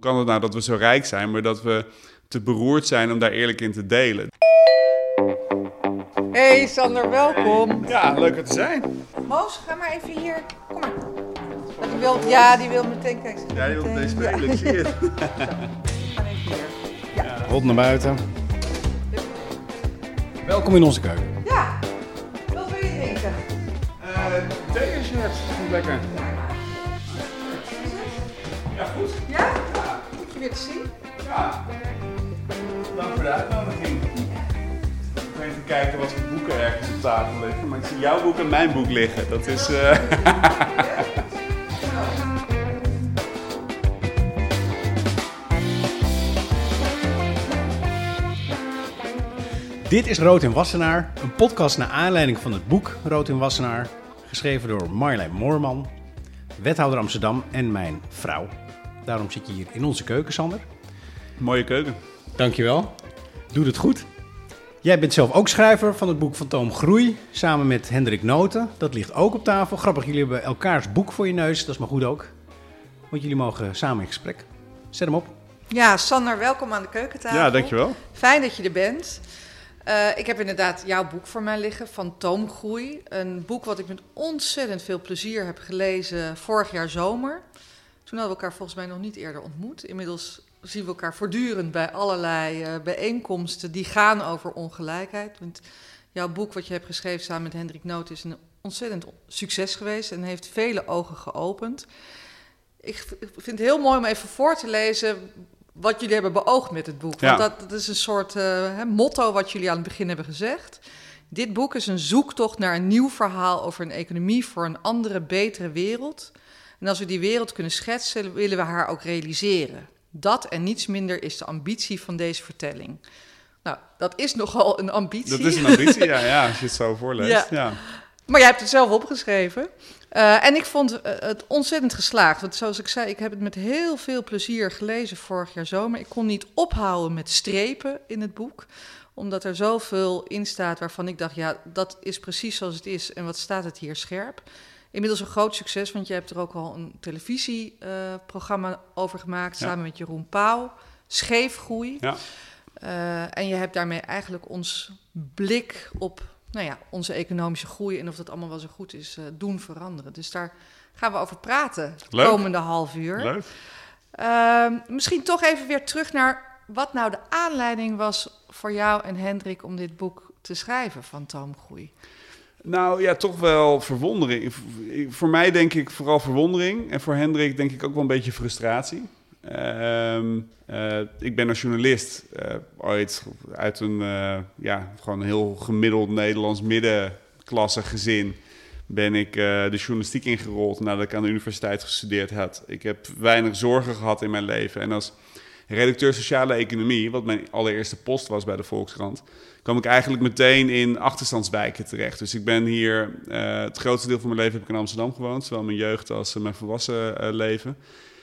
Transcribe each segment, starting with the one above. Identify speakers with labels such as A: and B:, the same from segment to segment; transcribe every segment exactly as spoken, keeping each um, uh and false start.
A: kan het nou dat we zo rijk zijn, maar dat we te beroerd zijn om daar eerlijk in te delen.
B: Hey Sander, welkom.
A: Ja, leuk er te zijn.
B: Moos, ga maar even hier. Kom maar. Die wil, ja, die wil meteen kijken.
A: Ja, die wil meteen spelen, ik zie het.
B: Zo, we gaan even hier. Ja.
C: Rond naar buiten. Welkom in onze keuken.
B: Ja, wat wil je drinken?
A: Uh, thee als je hebt, goed lekker. Ja, goed.
B: Ja? Ja. Goed je weer te zien.
A: Ja. Dank voor de uitnodiging. Ik ben even kijken wat voor boeken ergens op tafel liggen, maar ik zie jouw boek en mijn boek liggen. Dat is... Uh...
C: Dit is Rood in Wassenaar, een podcast naar aanleiding van het boek Rood in Wassenaar, geschreven door Marjolein Moorman, wethouder Amsterdam en mijn vrouw. Daarom zit je hier in onze keuken, Sander.
A: Mooie keuken.
C: Dankjewel. Doe het goed. Jij bent zelf ook schrijver van het boek Fantoom Groei, samen met Hendrik Noten. Dat ligt ook op tafel. Grappig, jullie hebben elkaars boek voor je neus, dat is maar goed ook. Want jullie mogen samen in gesprek. Zet hem op.
B: Ja, Sander, welkom aan de keukentafel.
A: Ja, dankjewel.
B: Fijn dat je er bent. Uh, ik heb inderdaad jouw boek voor mij liggen, Fantoomgroei. Een boek wat ik met ontzettend veel plezier heb gelezen vorig jaar zomer. Toen hadden we elkaar volgens mij nog niet eerder ontmoet. Inmiddels zien we elkaar voortdurend bij allerlei uh, bijeenkomsten die gaan over ongelijkheid. Want jouw boek wat je hebt geschreven samen met Hendrik Noten is een ontzettend succes geweest en heeft vele ogen geopend. Ik vind het heel mooi om even voor te lezen wat jullie hebben beoogd met het boek.
A: Ja.
B: Want dat, dat is een soort uh, hè, motto wat jullie aan het begin hebben gezegd. Dit boek is een zoektocht naar een nieuw verhaal over een economie voor een andere, betere wereld. En als we die wereld kunnen schetsen, willen we haar ook realiseren. Dat en niets minder is de ambitie van deze vertelling. Nou, dat is nogal een ambitie.
A: Dat is een ambitie, ja, ja als je het zo voorleest.
B: Ja.
A: Ja.
B: Maar jij hebt het zelf opgeschreven. Uh, en ik vond uh, het ontzettend geslaagd. Want zoals ik zei, ik heb het met heel veel plezier gelezen vorig jaar zomer. Ik kon niet ophouden met strepen in het boek. Omdat er zoveel in staat waarvan ik dacht, ja, dat is precies zoals het is. En wat staat het hier scherp. Inmiddels een groot succes, want je hebt er ook al een televisieprogramma uh, over gemaakt. Ja. Samen met Jeroen Pauw. Scheefgroei.
A: Ja.
B: Uh, en je hebt daarmee eigenlijk ons blik op... nou ja, onze economische groei en of dat allemaal wel zo goed is, uh, doen veranderen. Dus daar gaan we over praten de
A: Leuk.
B: komende half uur.
A: Leuk.
B: Uh, misschien toch even weer terug naar wat nou de aanleiding was voor jou en Hendrik om dit boek te schrijven, Fantoomgroei.
A: Nou ja, toch wel verwondering. Voor mij denk ik vooral verwondering. En voor Hendrik denk ik ook wel een beetje frustratie. Uh, uh, ik ben als journalist uh, ooit uit een uh, ja, gewoon een heel gemiddeld Nederlands middenklasse gezin ben ik uh, de journalistiek ingerold nadat ik aan de universiteit gestudeerd had. Ik heb weinig zorgen gehad in mijn leven. En als redacteur sociale economie, wat mijn allereerste post was bij de Volkskrant, kwam ik eigenlijk meteen in achterstandswijken terecht. Dus ik ben hier, uh, het grootste deel van mijn leven heb ik in Amsterdam gewoond, zowel mijn jeugd als uh, mijn volwassen uh, leven.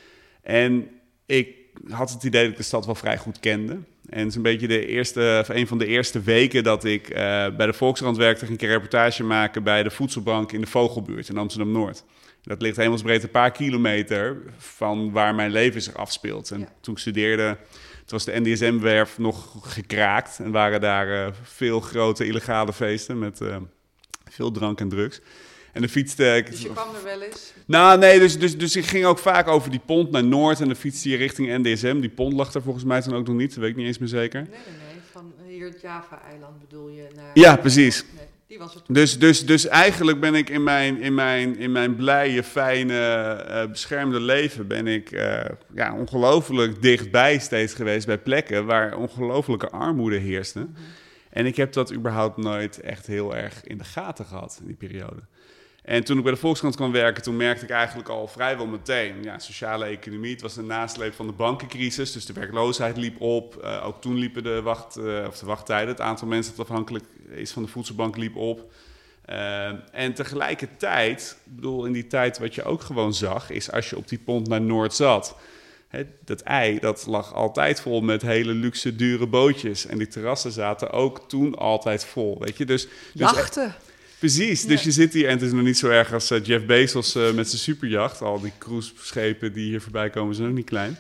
A: En ik had het idee dat ik de stad wel vrij goed kende. En het is een beetje de eerste, of een van de eerste weken dat ik uh, bij de Volkskrant werkte, ging ik een reportage maken bij de voedselbank in de Vogelbuurt in Amsterdam-Noord. Dat ligt hemelsbreed een paar kilometer van waar mijn leven zich afspeelt. En ja. Toen ik studeerde, toen was de N D S M-werf nog gekraakt en waren daar uh, veel grote illegale feesten met uh, veel drank en drugs. En dan fietste ik...
B: Dus je kwam er wel eens?
A: Nou, nee, dus, dus, dus ik ging ook vaak over die pont naar Noord en dan fietste je richting N D S M. Die pont lag er volgens mij toen ook nog niet, dat weet ik niet eens meer zeker.
B: Nee, nee, nee. Van hier het Java-eiland bedoel je? Naar...
A: Ja, precies.
B: Nee, die was het toen.
A: Dus, dus, dus eigenlijk ben ik in mijn, in mijn, in mijn blije, fijne, uh, beschermde leven ben ik uh, ja, ongelooflijk dichtbij steeds geweest bij plekken waar ongelofelijke armoede heerste. Mm-hmm. En ik heb dat überhaupt nooit echt heel erg in de gaten gehad in die periode. En toen ik bij de Volkskrant kwam werken, toen merkte ik eigenlijk al vrijwel meteen, ja, sociale economie, het was een nasleep van de bankencrisis, dus de werkloosheid liep op. Uh, ook toen liepen de, wacht, uh, of de wachttijden, het aantal mensen dat afhankelijk is van de voedselbank liep op. Uh, en tegelijkertijd, ik bedoel, in die tijd wat je ook gewoon zag, is als je op die pont naar Noord zat, hè, dat ei, dat lag altijd vol met hele luxe, dure bootjes. En die terrassen zaten ook toen altijd vol, weet je. Dus, dus
B: Jachten.
A: Precies, dus ja. Je zit hier en het is nog niet zo erg als uh, Jeff Bezos uh, met zijn superjacht. Al die cruiseschepen die hier voorbij komen zijn ook niet klein.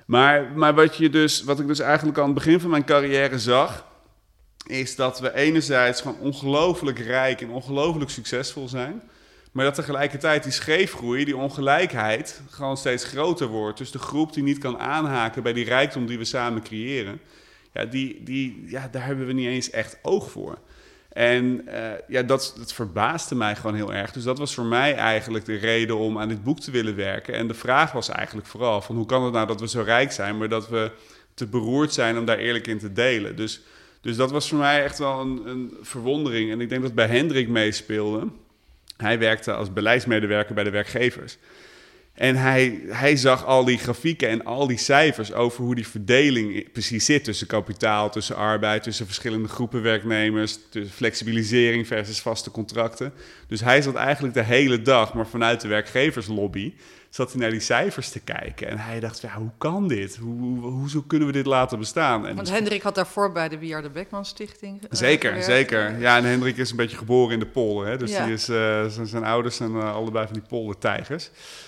A: Maar, maar wat, je dus, wat ik dus eigenlijk aan het begin van mijn carrière zag, is dat we enerzijds gewoon ongelooflijk rijk en ongelooflijk succesvol zijn, maar dat tegelijkertijd die scheefgroei, die ongelijkheid, gewoon steeds groter wordt. Dus de groep die niet kan aanhaken bij die rijkdom die we samen creëren, ja, die, die, ja, daar hebben we niet eens echt oog voor. En uh, ja, dat, dat verbaasde mij gewoon heel erg. Dus dat was voor mij eigenlijk de reden om aan dit boek te willen werken. En de vraag was eigenlijk vooral van hoe kan het nou dat we zo rijk zijn, maar dat we te beroerd zijn om daar eerlijk in te delen. Dus, dus dat was voor mij echt wel een, een verwondering. En ik denk dat bij Hendrik meespeelde. Hij werkte als beleidsmedewerker bij de werkgevers. En hij, hij zag al die grafieken en al die cijfers over hoe die verdeling precies zit tussen kapitaal, tussen arbeid, tussen verschillende groepen werknemers, tussen flexibilisering versus vaste contracten. Dus hij zat eigenlijk de hele dag, maar vanuit de werkgeverslobby, zat hij naar die cijfers te kijken. En hij dacht, ja, hoe kan dit? Hoe, hoe, hoe kunnen we dit laten bestaan? En
B: Want Hendrik had daarvoor bij de Wiarde Beckman Stichting uh,
A: Zeker,
B: gewerkt.
A: zeker. Ja, en Hendrik is een beetje geboren in de polder. Hè? Dus
B: Ja.
A: die is, uh, zijn, zijn ouders zijn uh, allebei van die poldertijgers.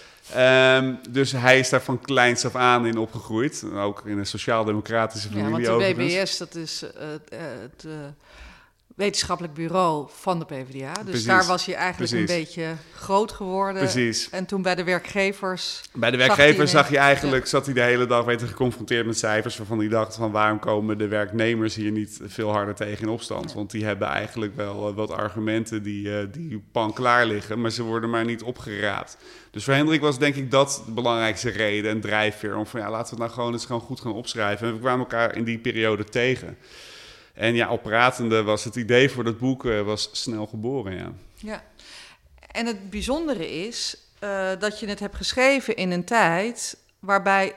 A: Um, dus hij is daar van kleins af aan in opgegroeid. Ook in een sociaal-democratische familie.
B: Ja, want de
A: overigens.
B: W B S, dat is uh, uh, het uh, wetenschappelijk bureau van de PvdA. Dus
A: Precies.
B: daar was hij eigenlijk
A: Precies.
B: een beetje groot geworden.
A: Precies.
B: En toen bij de werkgevers...
A: Bij de
B: zag
A: werkgevers
B: hij
A: zag je eigenlijk, zat hij de hele dag weet je, geconfronteerd met cijfers waarvan hij dacht van waarom komen de werknemers hier niet veel harder tegen in opstand?
B: Ja.
A: Want die hebben eigenlijk wel uh, wat argumenten die, uh, die pan klaar liggen, maar ze worden maar niet opgeraapt. Dus voor Hendrik was denk ik dat de belangrijkste reden en drijfveer om van ja, laten we het nou gewoon eens gewoon goed gaan opschrijven. En we kwamen elkaar in die periode tegen. En ja, al pratende was het idee voor dat boek uh, was snel geboren, ja.
B: Ja, en het bijzondere is uh, dat je het hebt geschreven in een tijd waarbij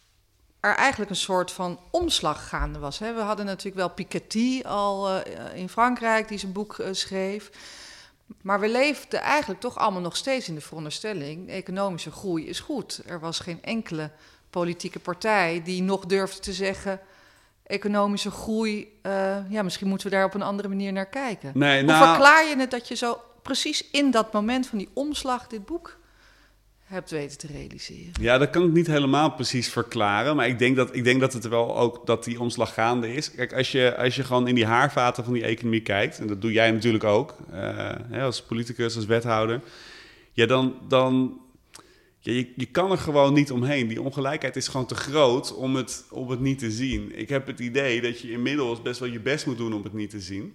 B: er eigenlijk een soort van omslag gaande was. Hè? We hadden natuurlijk wel Piketty al uh, in Frankrijk die zijn boek uh, schreef. Maar we leefden eigenlijk toch allemaal nog steeds in de veronderstelling, economische groei is goed. Er was geen enkele politieke partij die nog durfde te zeggen, economische groei, uh, ja, misschien moeten we daar op een andere manier naar kijken.
A: Nee,
B: Hoe
A: nou,
B: verklaar je het dat je zo precies in dat moment van die omslag dit boek hebt weten te realiseren?
A: Ja, dat kan ik niet helemaal precies verklaren. Maar ik denk dat, ik denk dat het wel ook dat die omslag gaande is. Kijk, als je, als je gewoon in die haarvaten van die economie kijkt, en dat doe jij natuurlijk ook, uh, hè, als politicus, als wethouder, ja, dan, dan ja, je, je kan er gewoon niet omheen. Die ongelijkheid is gewoon te groot om het, om het niet te zien. Ik heb het idee dat je inmiddels best wel je best moet doen om het niet te zien.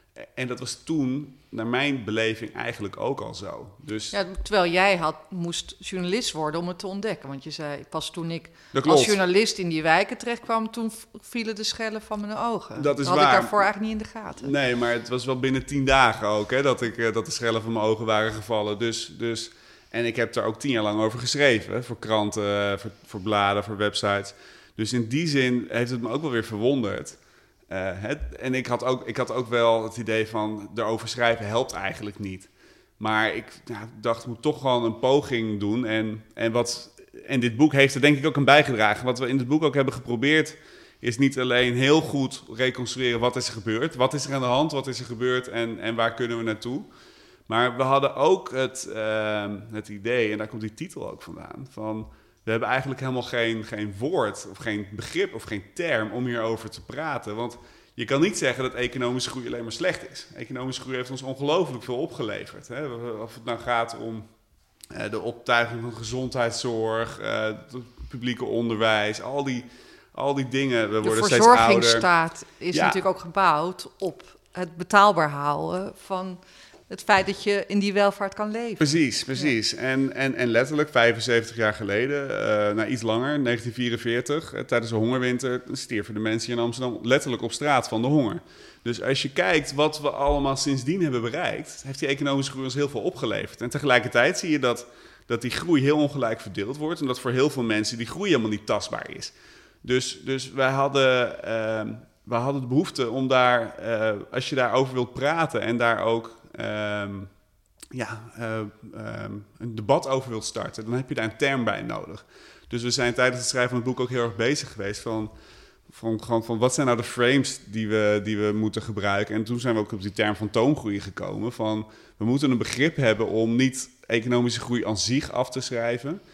A: En dat was toen, naar mijn beleving, eigenlijk ook al zo. Dus
B: Ja, terwijl jij had, moest journalist worden om het te ontdekken. Want je zei, pas toen ik
A: dat klopt.
B: als journalist in die wijken terechtkwam, toen vielen de schellen van mijn ogen.
A: Dat is
B: had
A: waar.
B: ik daarvoor eigenlijk niet in de gaten.
A: Nee, maar het was wel binnen tien dagen ook, hè, dat, ik, dat de schellen van mijn ogen waren gevallen. Dus, dus, en ik heb daar ook tien jaar lang over geschreven. Voor kranten, voor, voor bladen, voor websites. Dus in die zin heeft het me ook wel weer verwonderd. Uh, het, en ik had, ook, ik had ook wel het idee van, erover schrijven helpt eigenlijk niet. Maar ik ja, dacht, ik moet toch gewoon een poging doen. En, en, wat, en dit boek heeft er denk ik ook aan bijgedragen. Wat we in het boek ook hebben geprobeerd, is niet alleen heel goed reconstrueren wat is er gebeurd. Wat is er aan de hand, wat is er gebeurd en, en waar kunnen we naartoe. Maar we hadden ook het, uh, het idee, en daar komt die titel ook vandaan, van we hebben eigenlijk helemaal geen, geen woord of geen begrip of geen term om hierover te praten. Want je kan niet zeggen dat economische groei alleen maar slecht is. Economische groei heeft ons ongelooflijk veel opgeleverd. Hè? Of het nou gaat om uh, de optuiging van gezondheidszorg, uh, het publieke onderwijs, al die, al die dingen. We
B: de
A: worden steeds ouder.
B: De verzorgingsstaat is
A: Ja.
B: natuurlijk ook gebouwd op het betaalbaar houden van het feit dat je in die welvaart kan leven.
A: Precies, precies. Ja. En, en, en letterlijk vijfenzeventig jaar geleden, uh, nou iets langer, negentien vierenveertig, uh, tijdens de hongerwinter, stierven de mensen hier in Amsterdam letterlijk op straat van de honger. Dus als je kijkt wat we allemaal sindsdien hebben bereikt, heeft die economische groei ons heel veel opgeleverd. En tegelijkertijd zie je dat, dat die groei heel ongelijk verdeeld wordt en dat voor heel veel mensen die groei helemaal niet tastbaar is. Dus, dus wij hadden, uh, wij hadden de behoefte om daar, uh, als je daarover wilt praten en daar ook Um, ja, uh, um, een debat over wilt starten, dan heb je daar een term bij nodig. Dus we zijn tijdens het schrijven van het boek ook heel erg bezig geweest van, van, gewoon van wat zijn nou de frames die we, die we moeten gebruiken. En toen zijn we ook op die term van toomgroei gekomen. Van, we moeten een begrip hebben om niet economische groei aan zich af te schrijven,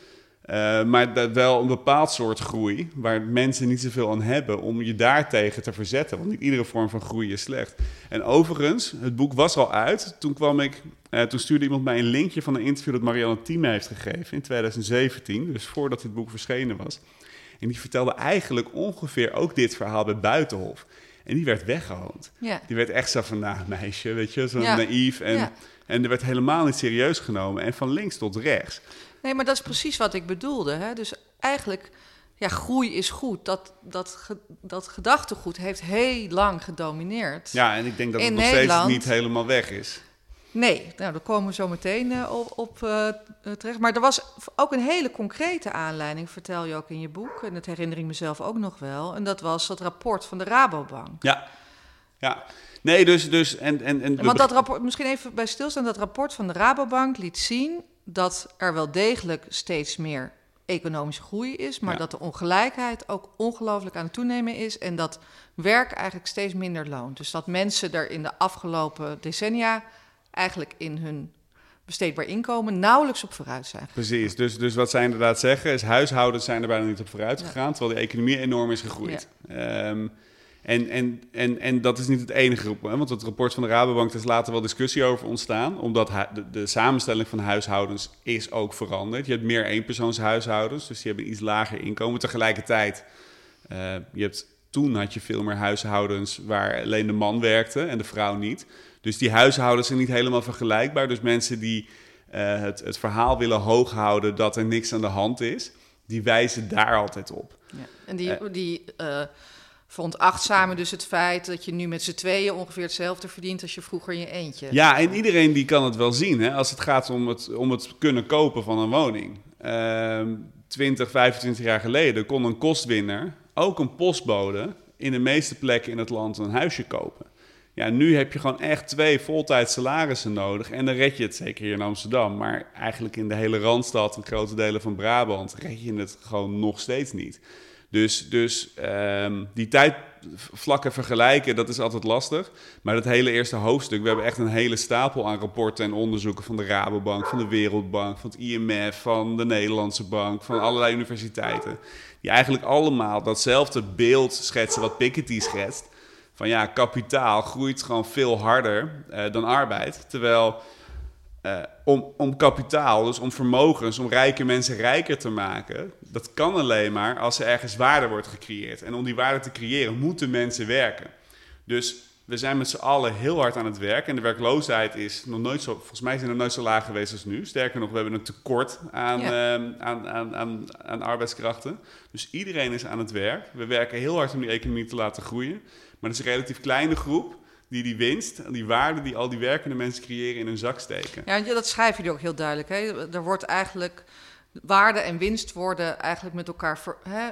A: Uh, maar dat wel een bepaald soort groei, waar mensen niet zoveel aan hebben, om je daartegen te verzetten. Want niet iedere vorm van groei is slecht. En overigens, het boek was al uit. Toen kwam ik, uh, toen stuurde iemand mij een linkje van een interview dat Marianne Thieme heeft gegeven in twintig zeventien. Dus voordat dit boek verschenen was. En die vertelde eigenlijk ongeveer ook dit verhaal bij Buitenhof. En die werd weggehoond.
B: Ja.
A: Die werd echt zo van, nou meisje, weet je, zo
B: ja.
A: naïef. En,
B: ja.
A: en er werd helemaal niet serieus genomen. En van links tot rechts.
B: Nee, maar dat is precies wat ik bedoelde. Hè? Dus eigenlijk, ja, groei is goed. Dat, dat, ge, dat gedachtegoed heeft heel lang gedomineerd.
A: Ja, en ik denk dat het
B: in
A: nog
B: Nederland
A: steeds niet helemaal weg is.
B: Nee, nou, daar komen we zo meteen uh, op, op uh, terecht. Maar er was ook een hele concrete aanleiding, vertel je ook in je boek. En dat herinner ik mezelf ook nog wel. En dat was dat rapport van de Rabobank.
A: Ja, ja. Nee, dus... dus en, en, en
B: Want dat rapport, misschien even bij stilstaan, dat rapport van de Rabobank liet zien dat er wel degelijk steeds meer economische groei is, maar ja. dat de ongelijkheid ook ongelooflijk aan het toenemen is en dat werk eigenlijk steeds minder loont. Dus dat mensen er in de afgelopen decennia eigenlijk in hun besteedbaar inkomen nauwelijks op vooruit zijn.
A: Precies, dus, dus wat zij inderdaad zeggen is, huishoudens zijn er bijna niet op vooruit gegaan, ja. terwijl de economie enorm is gegroeid. Ja. Um, En, en, en, en dat is niet het enige, hè? Want het rapport van de Rabobank, daar is later wel discussie over ontstaan. Omdat de, de samenstelling van huishoudens is ook veranderd. Je hebt meer eenpersoonshuishoudens, dus die hebben iets lager inkomen. Tegelijkertijd, uh, je hebt, toen had je veel meer huishoudens waar alleen de man werkte en de vrouw niet. Dus die huishoudens zijn niet helemaal vergelijkbaar. Dus mensen die uh, het, het verhaal willen hoog houden dat er niks aan de hand is, die wijzen daar altijd op.
B: Ja. En die... Uh, die uh... veronachtzamen dus het feit dat je nu met z'n tweeën ongeveer hetzelfde verdient als je vroeger in je eentje.
A: Ja, en iedereen die kan het wel zien, hè, als het gaat om het, om het kunnen kopen van een woning. Uh, twintig, vijfentwintig jaar geleden kon een kostwinner, ook een postbode, in de meeste plekken in het land een huisje kopen. Ja, nu heb je gewoon echt twee voltijds salarissen nodig en dan red je het, zeker hier in Amsterdam, maar eigenlijk in de hele Randstad en grote delen van Brabant red je het gewoon nog steeds niet. Dus, dus um, die tijdvlakken vergelijken, dat is altijd lastig. Maar dat hele eerste hoofdstuk, we hebben echt een hele stapel aan rapporten en onderzoeken van de Rabobank, van de Wereldbank, van het I M F, van de Nederlandse Bank, van allerlei universiteiten. Die eigenlijk allemaal datzelfde beeld schetsen wat Piketty schetst. Van ja, kapitaal groeit gewoon veel harder uh, dan arbeid. Terwijl uh, om, om kapitaal, dus om vermogens, om rijke mensen rijker te maken, dat kan alleen maar als er ergens waarde wordt gecreëerd. En om die waarde te creëren moeten mensen werken. Dus we zijn met z'n allen heel hard aan het werk. En de werkloosheid is nog nooit zo, volgens mij zijn er nooit zo laag geweest als nu. Sterker nog, we hebben een tekort aan, ja. uh, aan, aan, aan, aan arbeidskrachten. Dus iedereen is aan het werk. We werken heel hard om die economie te laten groeien. Maar het is een relatief kleine groep die die winst, die waarde die al die werkende mensen creëren in hun zak steken.
B: Ja, dat schrijven jullie ook heel duidelijk. Hè? Er wordt eigenlijk, waarde en winst worden eigenlijk met elkaar ver, hè,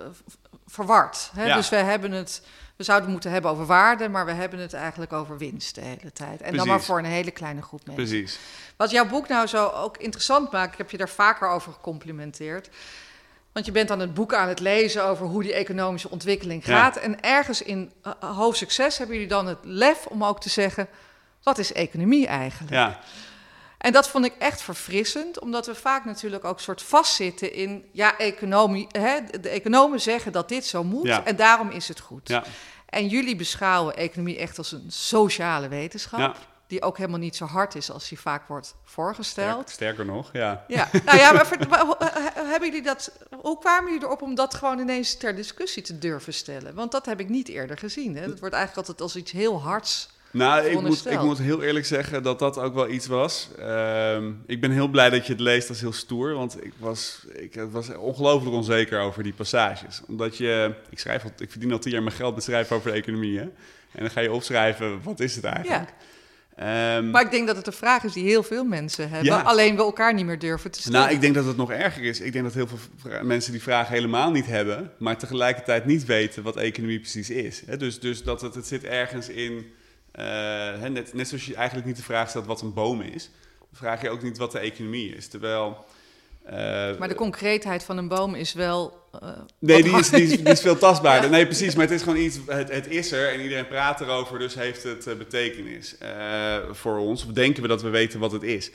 B: verward. Hè? Ja. Dus we hebben het, we zouden het moeten hebben over waarde, maar we hebben het eigenlijk over winst de hele tijd. En Precies. dan maar voor een hele kleine groep mensen.
A: Precies.
B: Wat jouw boek nou zo ook interessant maakt, ik heb je daar vaker over gecomplimenteerd. Want je bent aan het boek aan het lezen over hoe die economische ontwikkeling gaat. Ja. En ergens in uh, hoofdstuk zes hebben jullie dan het lef om ook te zeggen, wat is economie eigenlijk?
A: Ja.
B: En dat vond ik echt verfrissend, omdat we vaak natuurlijk ook soort vastzitten in, ja, economie, hè, de economen zeggen dat dit zo moet ja. en daarom is het goed. Ja. En jullie beschouwen economie echt als een sociale wetenschap. Ja. Die ook helemaal niet zo hard is als die vaak wordt voorgesteld.
A: Sterker, sterker nog, ja.
B: ja. Nou ja, maar, maar hebben jullie dat, hoe kwamen jullie erop om dat gewoon ineens ter discussie te durven stellen? Want dat heb ik niet eerder gezien. Hè? Dat wordt eigenlijk altijd als iets heel hards
A: Nou, ik moet, ik moet heel eerlijk zeggen dat dat ook wel iets was. Um, ik ben heel blij dat je het leest als heel stoer. Want ik was, ik was ongelooflijk onzeker over die passages. Omdat je, ik schrijf al, ik verdien al tien jaar mijn geld met schrijven over de economie. Hè? En dan ga je opschrijven, wat is het eigenlijk?
B: Ja. Um, maar ik denk dat het een vraag is die heel veel mensen hebben. Ja. Alleen we elkaar niet meer durven te stellen.
A: Nou, ik denk dat het nog erger is. Ik denk dat heel veel vra- mensen die vraag helemaal niet hebben, maar tegelijkertijd niet weten wat economie precies is. Hè? Dus, dus dat het, het zit ergens in, uh, hè, net, net zoals je eigenlijk niet de vraag stelt wat een boom is, vraag je ook niet wat de economie is. Terwijl... Uh,
B: maar de concreetheid van een boom is wel... Uh,
A: nee, die is, die, is, die is veel tastbaarder. Ja. Nee, precies, maar het is gewoon iets... Het, het is er en iedereen praat erover, dus heeft het uh, betekenis uh, voor ons. Of denken we dat we weten wat het is.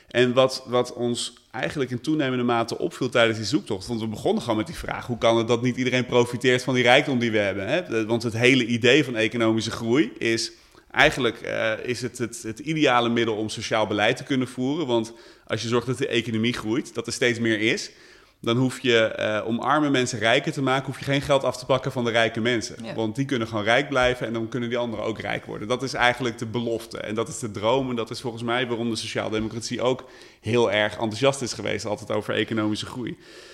A: En wat, wat ons eigenlijk in toenemende mate opviel tijdens die zoektocht, want we begonnen gewoon met die vraag, hoe kan het dat niet iedereen profiteert van die rijkdom die we hebben? Hè? Want het hele idee van economische groei is, eigenlijk uh, is het, het het ideale middel om sociaal beleid te kunnen voeren. Want als je zorgt dat de economie groeit, dat er steeds meer is, dan hoef je, uh, om arme mensen rijker te maken, hoef je geen geld af te pakken van de rijke mensen. Ja. Want die kunnen gewoon rijk blijven en dan kunnen die anderen ook rijk worden. Dat is eigenlijk de belofte en dat is de droom. En dat is volgens mij waarom de sociaaldemocratie ook heel erg enthousiast is geweest, altijd over economische groei.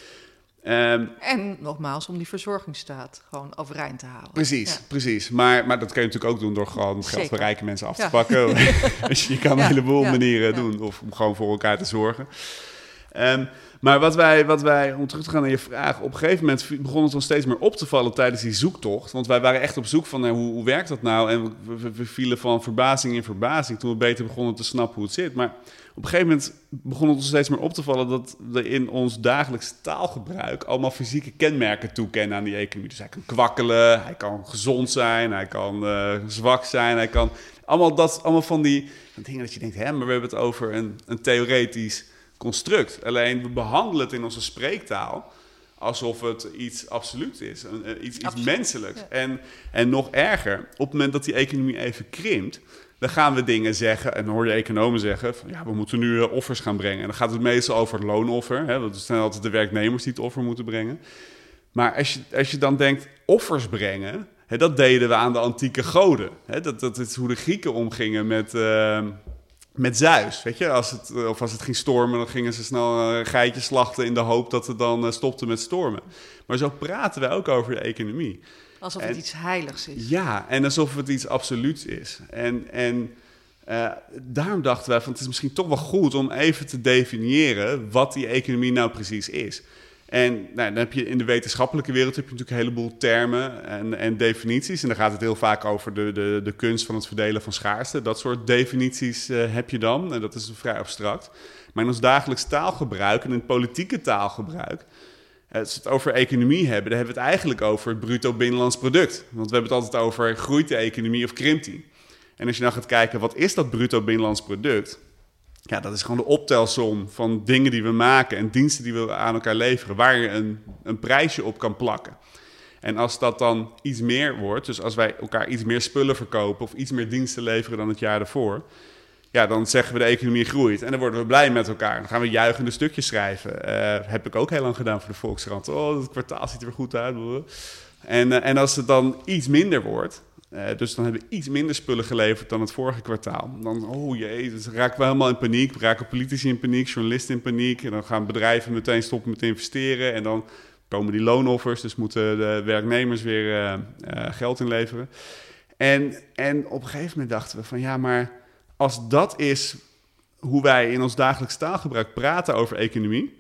A: Um,
B: en nogmaals, om die verzorgingsstaat gewoon overeind te houden.
A: Precies, ja. precies. Maar, maar dat kun je natuurlijk ook doen door gewoon Zeker. geld van rijke mensen af te
B: ja.
A: pakken. Dus je kan ja. een heleboel ja. manieren
B: ja.
A: doen, of om gewoon voor elkaar te zorgen. Um, maar wat wij, wat wij, om terug te gaan naar je vraag, op een gegeven moment begon het ons steeds meer op te vallen tijdens die zoektocht. Want wij waren echt op zoek van, nou, hoe, hoe werkt dat nou? En we, we, we vielen van verbazing in verbazing toen we beter begonnen te snappen hoe het zit. Maar op een gegeven moment begon het ons steeds meer op te vallen dat we in ons dagelijks taalgebruik allemaal fysieke kenmerken toekennen aan die economie. Dus hij kan kwakkelen, hij kan gezond zijn, hij kan uh, zwak zijn, hij kan... Allemaal, dat, allemaal van die dingen dat je denkt, hè, maar we hebben het over een, een theoretisch construct. Alleen we behandelen het in onze spreektaal alsof het iets absoluut is, een, iets, iets menselijks. Ja. En, en nog erger, op het moment dat die economie even krimpt, dan gaan we dingen zeggen, en dan hoor je economen zeggen, van, ja, we moeten nu uh, offers gaan brengen. En dan gaat het meestal over het loonoffer, hè, dat zijn altijd de werknemers die het offer moeten brengen. Maar als je, als je dan denkt, offers brengen, hè, dat deden we aan de antieke goden. Hè, dat, dat is hoe de Grieken omgingen met... Uh, Met Zeus, weet je. Als het, of als het ging stormen, dan gingen ze snel een geitje slachten in de hoop dat het dan stopte met stormen. Maar zo praten wij ook over de economie.
B: Alsof
A: en,
B: het iets heiligs is.
A: Ja, en alsof het iets absoluuts is. En, en uh, daarom dachten wij van het is misschien toch wel goed om even te definiëren wat die economie nou precies is. En nou, dan heb je in de wetenschappelijke wereld heb je natuurlijk een heleboel termen en, en definities. En dan gaat het heel vaak over de, de, de kunst van het verdelen van schaarste. Dat soort definities uh, heb je dan. En dat is vrij abstract. Maar in ons dagelijks taalgebruik en in het politieke taalgebruik, als we het over economie hebben, dan hebben we het eigenlijk over het bruto binnenlands product. Want we hebben het altijd over groeit de economie of krimpt die. En als je dan gaat kijken, wat is dat bruto binnenlands product? Ja, dat is gewoon de optelsom van dingen die we maken en diensten die we aan elkaar leveren, waar je een, een prijsje op kan plakken. En als dat dan iets meer wordt, dus als wij elkaar iets meer spullen verkopen of iets meer diensten leveren dan het jaar ervoor, ja, dan zeggen we de economie groeit en dan worden we blij met elkaar. Dan gaan we juichende stukjes schrijven. Uh, heb ik ook heel lang gedaan voor de Volkskrant. Oh, het kwartaal ziet er weer goed uit. En, uh, en als het dan iets minder wordt, Uh, dus dan hebben we iets minder spullen geleverd dan het vorige kwartaal. Dan, oh jee, dus raken we helemaal in paniek. We raken politici in paniek, journalisten in paniek. En dan gaan bedrijven meteen stoppen met investeren. En dan komen die loonoffers, dus moeten de werknemers weer uh, uh, geld inleveren. En, en op een gegeven moment dachten we van ja, maar als dat is hoe wij in ons dagelijks taalgebruik praten over economie,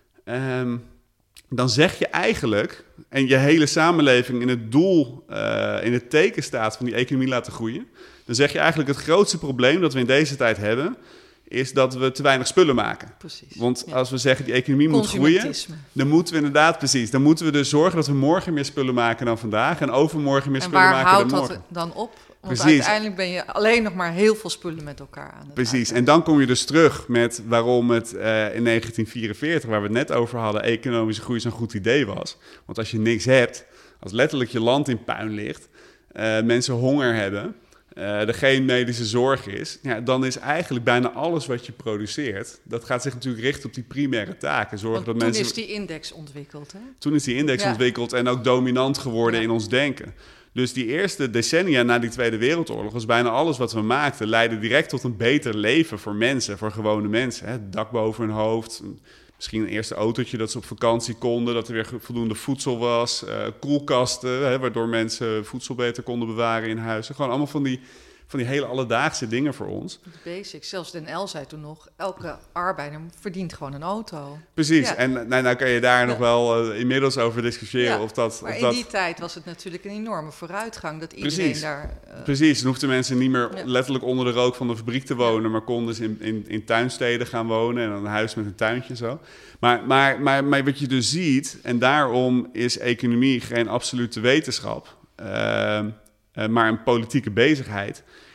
A: Um, dan zeg je eigenlijk, en je hele samenleving in het doel, uh, in het teken staat van die economie laten groeien, dan zeg je eigenlijk het grootste probleem dat we in deze tijd hebben, is dat we te weinig spullen maken.
B: Precies.
A: Want
B: ja.
A: als we zeggen die economie moet groeien, dan moeten we inderdaad, precies, dan moeten we dus zorgen dat we morgen meer spullen maken dan vandaag en overmorgen meer
B: en
A: spullen maken dan morgen.
B: En waar houdt dat dan op? Want
A: Precies.
B: uiteindelijk ben je alleen nog maar heel veel spullen met elkaar aan het
A: Precies,
B: uitleggen.
A: en dan kom je dus terug met waarom het uh, in negentien vierenveertig, waar we het net over hadden, economische groei zo'n goed idee was. Want als je niks hebt, als letterlijk je land in puin ligt, uh, mensen honger hebben, uh, er geen medische zorg is, ja, dan is eigenlijk bijna alles wat je produceert, dat gaat zich natuurlijk richten op die primaire taken. Zorgen
B: Want
A: dat
B: toen
A: mensen...
B: is die index ontwikkeld, hè?
A: Toen is die index
B: ja.
A: ontwikkeld en ook dominant geworden
B: ja.
A: in ons denken. Dus die eerste decennia na die Tweede Wereldoorlog was bijna alles wat we maakten, leidde direct tot een beter leven voor mensen, voor gewone mensen. Hè? Dak boven hun hoofd, misschien een eerste autootje dat ze op vakantie konden, dat er weer voldoende voedsel was, uh, koelkasten, hè, waardoor mensen voedsel beter konden bewaren in huizen. Gewoon allemaal van die, van die hele alledaagse dingen voor ons.
B: De basics. Zelfs Den L zei toen nog, elke arbeider verdient gewoon een auto.
A: Precies,
B: ja.
A: en nou, nou kan je daar ja. nog wel uh, inmiddels over discussiëren.
B: Ja.
A: Of dat,
B: maar
A: of
B: in
A: dat...
B: die tijd was het natuurlijk een enorme vooruitgang dat iedereen
A: Precies.
B: daar... Uh...
A: Precies, dan hoefden mensen niet meer
B: ja.
A: letterlijk onder de rook van de fabriek te wonen, maar konden ze in, in, in tuinsteden gaan wonen en dan een huis met een tuintje en zo. Maar, maar, maar, maar wat je dus ziet, en daarom is economie geen absolute wetenschap, uh, uh, maar een politieke bezigheid,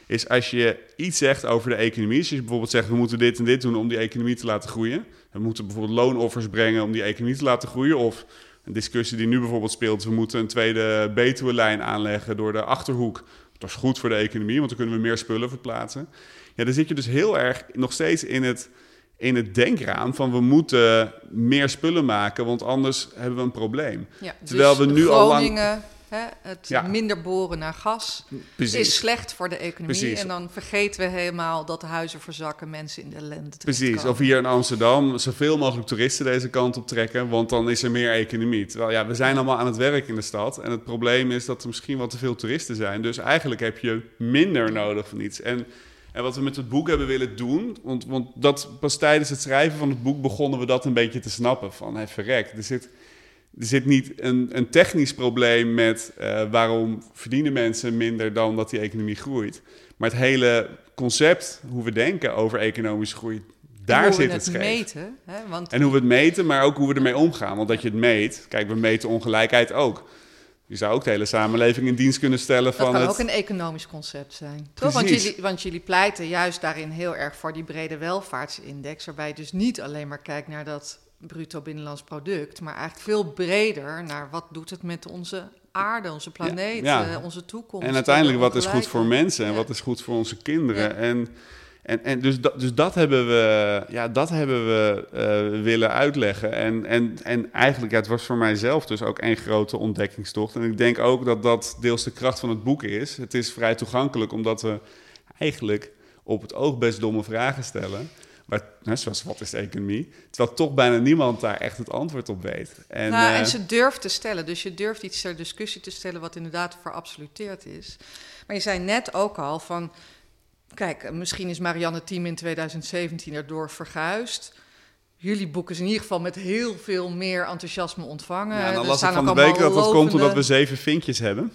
A: is als je iets zegt over de economie. Als je bijvoorbeeld zegt, we moeten dit en dit doen om die economie te laten groeien. We moeten bijvoorbeeld loonoffers brengen om die economie te laten groeien. Of een discussie die nu bijvoorbeeld speelt, we moeten een tweede Betuwe-lijn aanleggen door de Achterhoek. Dat is goed voor de economie, want dan kunnen we meer spullen verplaatsen. Ja, dan zit je dus heel erg nog steeds in het, in het denkraam van we moeten meer spullen maken, want anders hebben we een probleem.
B: Ja,
A: Terwijl
B: dus
A: we nu
B: Groningen,
A: al lang...
B: Hè, het
A: Ja.
B: minder boren naar gas
A: Precies.
B: is slecht voor de economie.
A: Precies.
B: En dan vergeten we helemaal dat de huizen verzakken, mensen in de ellende
A: Precies,
B: terechtkomen.
A: of hier in Amsterdam zoveel mogelijk toeristen deze kant op trekken, want dan is er meer economie. Terwijl ja, we zijn allemaal aan het werk in de stad en het probleem is dat er misschien wat te veel toeristen zijn. Dus eigenlijk heb je minder nodig van iets. En, en wat we met het boek hebben willen doen, want, want dat pas tijdens het schrijven van het boek begonnen we dat een beetje te snappen. Van, hé, verrek, er zit... Er zit niet een, een technisch probleem met uh, waarom verdienen mensen minder dan dat die economie groeit. Maar het hele concept, hoe we denken over economische groei, daar
B: hoe
A: zit
B: we
A: het
B: het
A: scheef.
B: meten. Hè? Want
A: En hoe we het meten, maar ook hoe we ermee omgaan. Want dat je het meet, kijk, we meten ongelijkheid ook. Je zou ook de hele samenleving in dienst kunnen stellen
B: dat
A: van
B: kan
A: het...
B: ook een economisch concept zijn. Toch? Want
A: Precies.
B: jullie, want jullie pleiten juist daarin heel erg voor die brede welvaartsindex, waarbij je dus niet alleen maar kijkt naar dat bruto binnenlands product, maar eigenlijk veel breder naar wat doet het met onze aarde, onze planeet,
A: Ja, ja.
B: uh, onze toekomst.
A: En uiteindelijk,
B: de
A: wat is goed voor
B: ongelijkheid.
A: mensen en
B: Ja.
A: wat is goed voor onze kinderen?
B: Ja.
A: En, en, en dus, dat, dus dat hebben we, ja, dat hebben we uh, willen uitleggen. En, en, en eigenlijk, ja, het was voor mijzelf dus ook één grote ontdekkingstocht. En ik denk ook dat dat deels de kracht van het boek is. Het is vrij toegankelijk, omdat we eigenlijk op het oog best domme vragen stellen. Maar, hè, zoals wat is de economie? Terwijl toch bijna niemand daar echt het antwoord op weet. En,
B: Nou,
A: uh,
B: en ze durft te stellen. Dus je durft iets ter discussie te stellen wat inderdaad verabsoluteerd is. Maar je zei net ook al van... Kijk, misschien is Marianne Thieme in tweeduizend zeventien erdoor verguisd. Jullie boek is in ieder geval met heel veel meer enthousiasme ontvangen.
A: ja, dan
B: Er
A: las ik
B: staan
A: van
B: ook
A: de week dat
B: allemaal
A: dat komt omdat we
B: lovende-
A: zeven vinkjes hebben.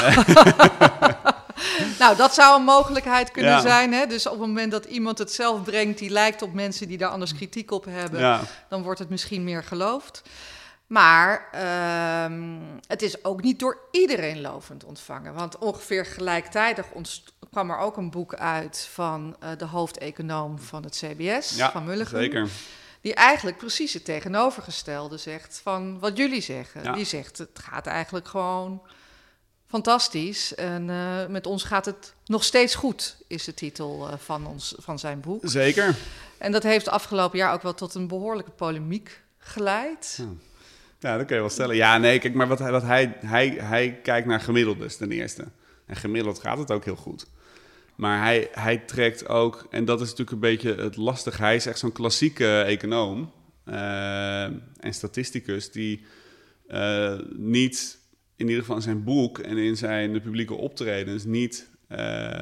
B: Nou, dat zou een mogelijkheid kunnen
A: Ja.
B: zijn. Hè? Dus op het moment dat iemand het zelf brengt... die lijkt op mensen die daar anders kritiek op hebben...
A: Ja.
B: dan wordt het misschien meer geloofd. Maar ehm, het is ook niet door iedereen lovend ontvangen. Want ongeveer gelijktijdig ontst- kwam er ook een boek uit... van uh, de hoofdeconoom van het C B S,
A: Ja,
B: van Mulligen.
A: zeker.
B: Die eigenlijk precies het tegenovergestelde zegt van wat jullie zeggen.
A: Ja.
B: Die zegt, het gaat eigenlijk gewoon fantastisch. En uh, met ons gaat het nog steeds goed, is de titel uh, van, ons, van zijn boek.
A: Zeker.
B: En dat heeft afgelopen jaar ook wel tot een behoorlijke polemiek geleid.
A: Ja. Ja, dat kun je wel stellen. Ja, nee, kijk, maar wat hij, wat hij, hij, hij kijkt naar gemiddeldes ten eerste. En gemiddeld gaat het ook heel goed. Maar hij, hij trekt ook, en dat is natuurlijk een beetje het lastige, hij is echt zo'n klassieke econoom uh, en statisticus die uh, niet, in ieder geval in zijn boek en in zijn publieke optredens, niet, uh,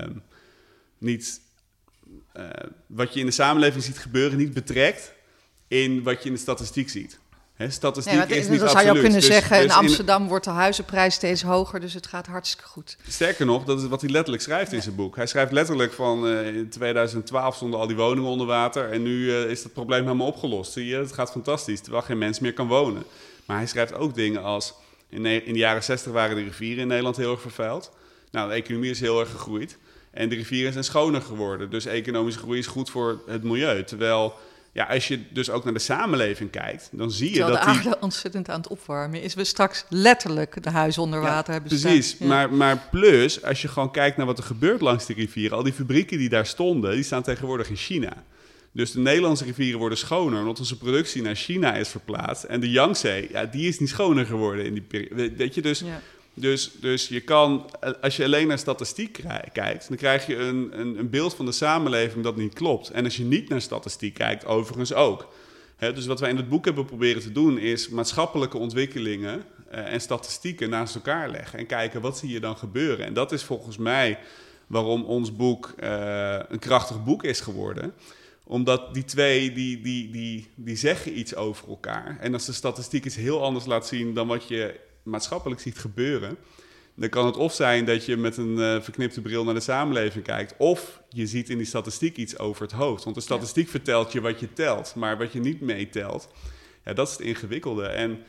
A: niet uh, wat je in de samenleving ziet gebeuren, niet betrekt in wat je in de statistiek ziet. He, statistiek
B: Nee, maar
A: is
B: het-
A: niet
B: dan
A: absoluut.
B: zou je ook kunnen
A: Dus-
B: zeggen,
A: dus
B: in Amsterdam wordt de huizenprijs steeds hoger, dus het gaat hartstikke goed.
A: Sterker nog, dat is wat hij letterlijk schrijft in
B: Ja.
A: zijn boek. Hij schrijft letterlijk van uh, in tweeduizend twaalf stonden al die woningen onder water en nu uh, is dat probleem helemaal opgelost. Zie je, het gaat fantastisch, terwijl geen mens meer kan wonen. Maar hij schrijft ook dingen als, in, ne- in de jaren zestig waren de rivieren in Nederland heel erg vervuild. Nou, de economie is heel erg gegroeid en de rivieren zijn schoner geworden. Dus economische groei is goed voor het milieu. Terwijl, ja, als je dus ook naar de samenleving kijkt, dan zie je
B: Terwijl
A: dat
B: de
A: die...
B: aarde ontzettend aan het opwarmen is. We straks letterlijk de huizen onder water hebben staan.
A: Precies,
B: Ja.
A: maar, maar plus, als je gewoon kijkt naar wat er gebeurt langs die rivieren, al die fabrieken die daar stonden, die staan tegenwoordig in China. Dus de Nederlandse rivieren worden schoner, omdat onze productie naar China is verplaatst. En de Yangtze, ja, die is niet schoner geworden in die periode. Weet je, dus,
B: Ja.
A: dus, dus je kan, als je alleen naar statistiek kri- kijkt, dan krijg je een, een, een beeld van de samenleving dat niet klopt. En als je niet naar statistiek kijkt, overigens ook. Hè, dus wat wij in het boek hebben proberen te doen, is maatschappelijke ontwikkelingen uh, en statistieken naast elkaar leggen. En kijken, wat zie je dan gebeuren? En dat is volgens mij waarom ons boek uh, een krachtig boek is geworden. Omdat die twee, die, die, die, die zeggen iets over elkaar. En als de statistiek iets heel anders laat zien dan wat je maatschappelijk ziet gebeuren, dan kan het of zijn dat je met een uh, verknipte bril naar de samenleving kijkt, of je ziet in die statistiek iets over het hoofd. Want de statistiek ja. vertelt je wat je telt, maar wat je niet meetelt, ja, dat is het ingewikkelde. En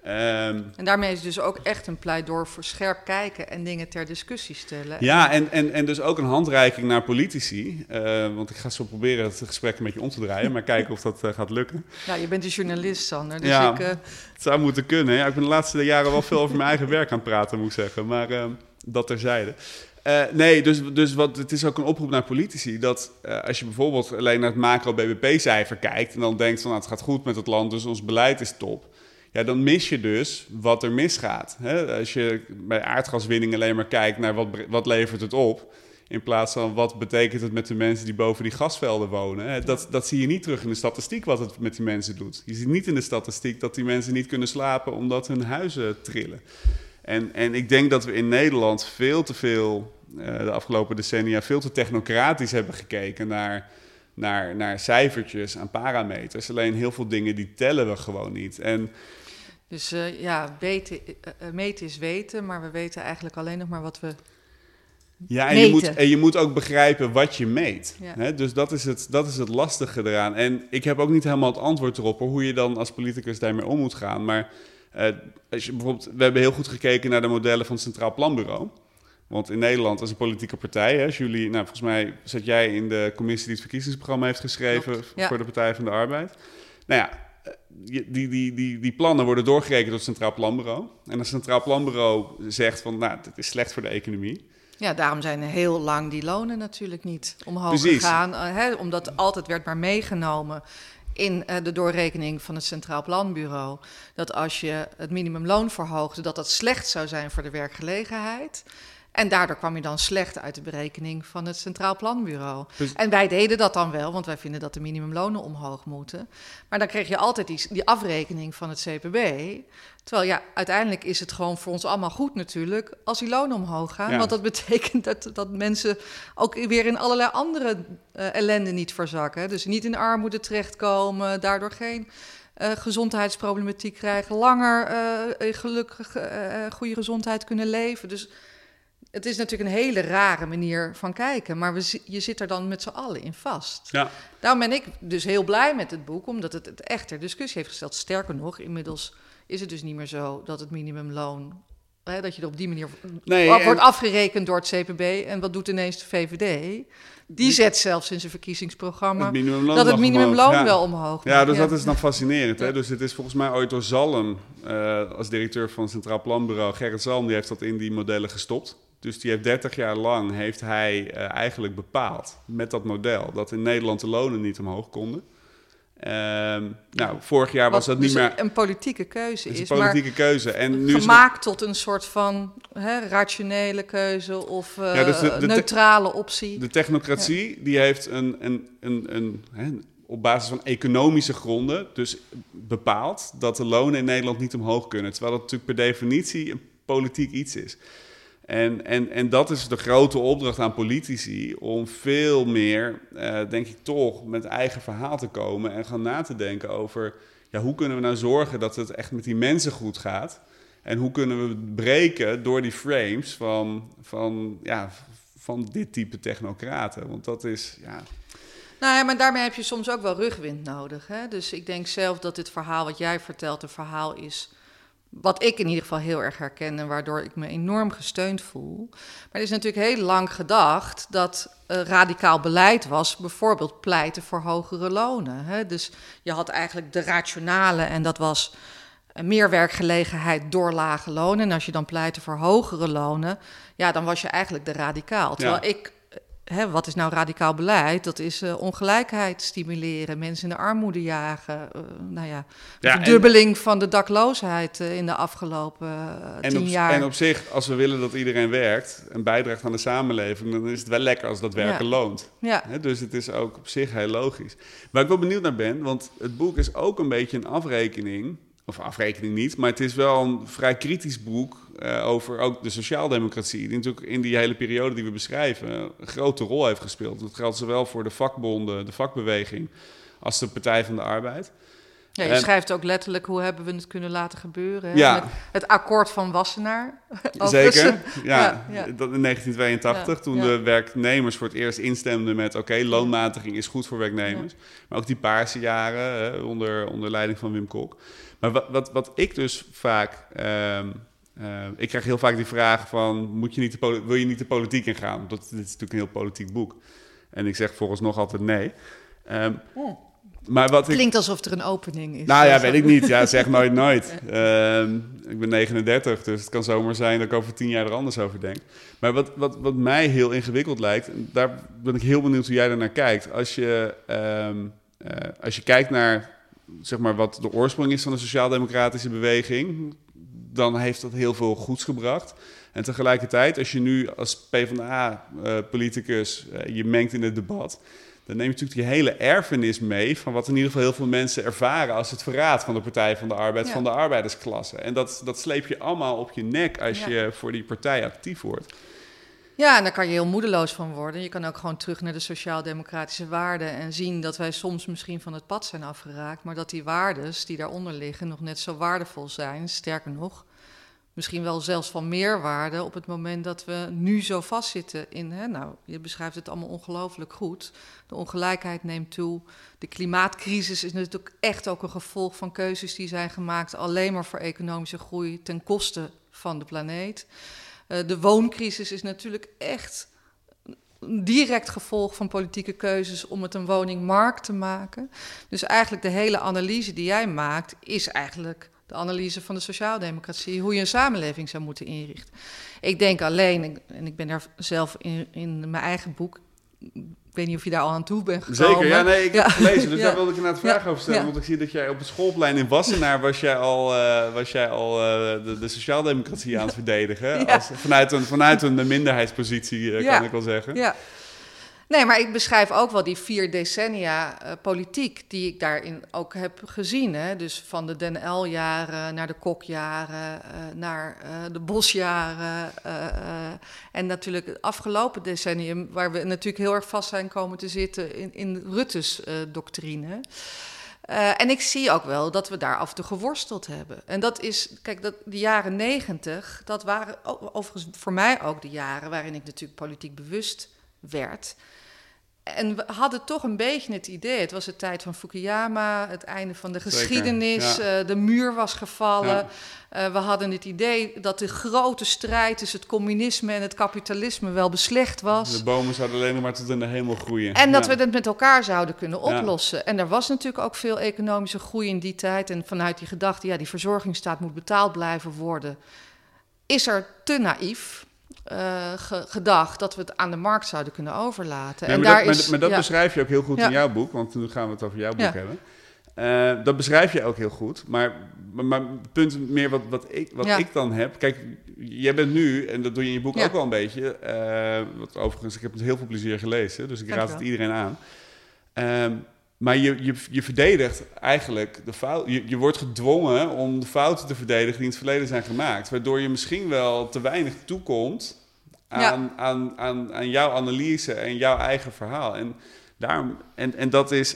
A: Um,
B: en daarmee is dus ook echt een pleidooi voor scherp kijken en dingen ter discussie stellen.
A: Ja, en, en, en dus ook een handreiking naar politici. Uh, want ik ga zo proberen het gesprek een beetje om te draaien, maar kijken of dat uh, gaat lukken.
B: Ja, je bent een journalist, Sander. Dus
A: ja,
B: ik, uh...
A: het zou moeten kunnen. Ja, ik ben de laatste jaren wel veel over mijn eigen werk aan het praten, moet ik zeggen. Maar uh, dat terzijde. Uh, nee, dus, dus wat, het is ook een oproep naar politici. Dat uh, als je bijvoorbeeld alleen naar het macro-B B P-cijfer kijkt en dan denkt van nou, het gaat goed met het land, dus ons beleid is top. Ja, dan mis je dus wat er misgaat. Hè? Als je bij aardgaswinning alleen maar kijkt naar wat, wat levert het op, in plaats van wat betekent het met de mensen die boven die gasvelden wonen. Hè? Dat, dat zie je niet terug in de statistiek wat het met die mensen doet. Je ziet niet in de statistiek dat die mensen niet kunnen slapen omdat hun huizen trillen. En, en ik denk dat we in Nederland veel te veel, uh, de afgelopen decennia, veel te technocratisch hebben gekeken naar, naar, naar cijfertjes aan parameters. Alleen heel veel dingen die tellen we gewoon niet. En
B: Dus uh, ja, weten, uh, meten is weten, maar we weten eigenlijk alleen nog maar wat we
A: ja, en
B: meten.
A: Je moet, en je moet ook begrijpen wat je meet.
B: Ja.
A: Hè? Dus dat is, het, dat is het lastige eraan. En ik heb ook niet helemaal het antwoord erop, hoor, hoe je dan als politicus daarmee om moet gaan. Maar uh, als je bijvoorbeeld, we hebben heel goed gekeken naar de modellen van het Centraal Planbureau. Want in Nederland is een politieke partij, hè, Julie, nou, volgens mij zat jij in de commissie die het verkiezingsprogramma heeft geschreven
B: ja.
A: voor de Partij van de Arbeid. Nou ja, Die, die, die, die plannen worden doorgerekend door het Centraal Planbureau. En het Centraal Planbureau zegt van, nou, dit is slecht voor de economie.
B: Ja, daarom zijn heel lang die lonen natuurlijk niet omhoog
A: Precies.
B: gegaan. Uh, hè, omdat altijd werd maar meegenomen in uh, de doorrekening van het Centraal Planbureau. Dat als je het minimumloon verhoogde, dat dat slecht zou zijn voor de werkgelegenheid. En daardoor kwam je dan slecht uit de berekening van het Centraal Planbureau. Dus en wij deden dat dan wel, want wij vinden dat de minimumlonen omhoog moeten. Maar dan kreeg je altijd die, die afrekening van het C P B. Terwijl ja, uiteindelijk is het gewoon voor ons allemaal goed natuurlijk als die lonen omhoog gaan. Ja. Want dat betekent dat, dat mensen ook weer in allerlei andere uh, ellende niet verzakken. Dus niet in armoede terechtkomen, daardoor geen uh, gezondheidsproblematiek krijgen. Langer uh, gelukkig uh, goede gezondheid kunnen leven. Dus het is natuurlijk een hele rare manier van kijken, maar we, je zit er dan met z'n allen in vast.
A: Ja.
B: Daarom ben ik dus heel blij met het boek, omdat het het echt ter discussie heeft gesteld. Sterker nog, inmiddels is het dus niet meer zo dat het minimumloon, hè, dat je er op die manier nee, wordt en afgerekend door het C P B. En wat doet ineens de V V D? Die zet zelfs in zijn verkiezingsprogramma het dat het minimumloon ja. wel omhoog
A: Ja, dus ja. dat is dan fascinerend. Hè? Dus het is volgens mij ooit door Zalm, uh, als directeur van het Centraal Planbureau, Gerrit Zalm, die heeft dat in die modellen gestopt. Dus die heeft dertig jaar lang heeft hij uh, eigenlijk bepaald met dat model dat in Nederland de lonen niet omhoog konden. Uh, nou, vorig jaar was
B: Wat
A: dat
B: dus
A: niet meer
B: een politieke keuze is,
A: is een politieke
B: maar
A: keuze en nu
B: gemaakt
A: is
B: tot een soort van hè, rationele keuze of uh,
A: ja, dus de, de
B: neutrale te- optie.
A: De technocratie ja. die heeft een, een, een, een, een op basis van economische gronden dus bepaald dat de lonen in Nederland niet omhoog kunnen, terwijl dat natuurlijk per definitie een politiek iets is. En, en, en dat is de grote opdracht aan politici, om veel meer, uh, denk ik toch, met eigen verhaal te komen en gaan na te denken over, ja, hoe kunnen we nou zorgen dat het echt met die mensen goed gaat? En hoe kunnen we breken door die frames van, van, ja, van dit type technocraten? Want dat is, ja...
B: Nou ja, maar daarmee heb je soms ook wel rugwind nodig. Hè? Dus ik denk zelf dat dit verhaal wat jij vertelt een verhaal is wat ik in ieder geval heel erg herken en waardoor ik me enorm gesteund voel. Maar er is natuurlijk heel lang gedacht dat uh, radicaal beleid was, bijvoorbeeld pleiten voor hogere lonen. Hè? Dus je had eigenlijk de rationale en dat was uh, meer werkgelegenheid door lage lonen. En als je dan pleitte voor hogere lonen, ja, dan was je eigenlijk de radicaal. Terwijl ja. ik... Hè, wat is nou radicaal beleid? Dat is uh, ongelijkheid stimuleren, mensen in de armoede jagen. Uh, nou ja, de ja, verdubbeling en, van de dakloosheid uh, in de afgelopen uh,
A: en
B: tien
A: op,
B: jaar.
A: En op zich, als we willen dat iedereen werkt en bijdraagt aan de samenleving, dan is het wel lekker als dat werken ja. loont.
B: Ja.
A: Hè, dus het is ook op zich heel logisch. Waar ik wel benieuwd naar ben, want het boek is ook een beetje een afrekening, of afrekening niet, maar het is wel een vrij kritisch boek uh, over ook de sociaaldemocratie, die natuurlijk in die hele periode die we beschrijven een grote rol heeft gespeeld. Dat geldt zowel voor de vakbonden, de vakbeweging, als de Partij van de Arbeid.
B: Ja, je
A: en,
B: schrijft ook letterlijk hoe hebben we het kunnen laten gebeuren. Hè?
A: Ja.
B: Met het akkoord van Wassenaar.
A: Zeker, ja,
B: ja, ja.
A: Dat in negentien tweeëntachtig, ja, toen ja. de werknemers voor het eerst instemden met... oké, okay, loonmatiging is goed voor werknemers. Ja. Maar ook die paarse jaren hè, onder, onder leiding van Wim Kok. Maar wat, wat, wat ik dus vaak... Um, uh, ik krijg heel vaak die vraag van... Moet je niet de, wil je niet de politiek ingaan? Dat, dit is natuurlijk een heel politiek boek. En ik zeg volgens nog altijd nee. Um,
B: oh.
A: Maar wat
B: Klinkt
A: ik...
B: alsof er een opening is.
A: Nou ja, weet ik niet. Ja, zeg nooit nooit. Uh, ik ben negenendertig, dus het kan zomaar zijn dat ik over tien jaar er anders over denk. Maar wat, wat, wat mij heel ingewikkeld lijkt, en daar ben ik heel benieuwd hoe jij er naar kijkt. Als je, um, uh, als je kijkt naar zeg maar, wat de oorsprong is van de sociaal-democratische beweging, dan heeft dat heel veel goeds gebracht. En tegelijkertijd, als je nu als PvdA-politicus uh, je mengt in het debat, dan neem je natuurlijk die hele erfenis mee van wat in ieder geval heel veel mensen ervaren als het verraad van de Partij van de Arbeid, ja. van de arbeidersklasse. En dat, dat sleep je allemaal op je nek als ja. je voor die partij actief wordt.
B: Ja, en daar kan je heel moedeloos van worden. Je kan ook gewoon terug naar de sociaal-democratische waarden en zien dat wij soms misschien van het pad zijn afgeraakt, maar dat die waardes die daaronder liggen nog net zo waardevol zijn, sterker nog, misschien wel zelfs van meerwaarde op het moment dat we nu zo vastzitten in... Hè, nou, je beschrijft het allemaal ongelooflijk goed. De ongelijkheid neemt toe. De klimaatcrisis is natuurlijk echt ook een gevolg van keuzes die zijn gemaakt alleen maar voor economische groei ten koste van de planeet. Uh, de wooncrisis is natuurlijk echt een direct gevolg van politieke keuzes om het een woningmarkt te maken. Dus eigenlijk de hele analyse die jij maakt is eigenlijk de analyse van de sociaaldemocratie, hoe je een samenleving zou moeten inrichten. Ik denk alleen, en ik ben daar zelf in, in mijn eigen boek, ik weet niet of je daar al aan toe bent gekomen.
A: Zeker, ja, nee, ik
B: ja.
A: heb het gelezen, dus
B: ja.
A: daar wilde ik inderdaad vragen
B: ja.
A: over stellen. Ja. Want ik zie dat jij op het schoolplein in Wassenaar was jij al, uh, was jij al uh, de, de sociaaldemocratie aan het verdedigen. Ja. Als, vanuit, een, vanuit een minderheidspositie, uh, ja. kan ik wel zeggen.
B: Ja. Nee, maar ik beschrijf ook wel die vier decennia uh, politiek die ik daarin ook heb gezien. Hè? Dus van de Den Uyl-jaren naar de Kok-jaren, uh, naar uh, de Bos-jaren. Uh, uh, en natuurlijk het afgelopen decennium, waar we natuurlijk heel erg vast zijn komen te zitten in, in Rutte's uh, doctrine. Uh, en ik zie ook wel dat we daar af en toe geworsteld hebben. En dat is, kijk, dat, de jaren negentig, dat waren overigens voor mij ook de jaren waarin ik natuurlijk politiek bewust werd. En we hadden toch een beetje het idee, het was de tijd van Fukuyama, het einde van de geschiedenis, ja. uh, de muur was gevallen. Ja. Uh, we hadden het idee dat de grote strijd tussen het communisme en het kapitalisme wel beslecht was.
A: De bomen zouden alleen maar tot in de hemel groeien.
B: En dat ja. we het met elkaar zouden kunnen oplossen. Ja. En er was natuurlijk ook veel economische groei in die tijd. En vanuit die gedachte, ja, die verzorgingsstaat moet betaald blijven worden, is er te naïef Uh, ge- gedacht dat we het aan de markt zouden kunnen overlaten.
A: Nee,
B: en
A: maar,
B: daar
A: dat,
B: is,
A: maar, maar dat
B: ja.
A: beschrijf je ook heel goed
B: ja.
A: in jouw boek, want nu gaan we het over jouw boek
B: ja.
A: hebben. Uh, dat beschrijf je ook heel goed, maar, maar, maar het punt meer wat, wat, ik, wat ja. ik dan heb. Kijk, jij bent nu, en dat doe je in je boek ja. ook wel een beetje, uh, wat overigens, ik heb het heel veel plezier gelezen, dus ik Dank raad het iedereen aan. Uh, maar je, je, je verdedigt eigenlijk de fout. Je, je wordt gedwongen om de fouten te verdedigen die in het verleden zijn gemaakt, waardoor je misschien wel te weinig toekomt Aan, ja. aan, aan, aan jouw analyse en jouw eigen verhaal. En, daarom, en, en dat is...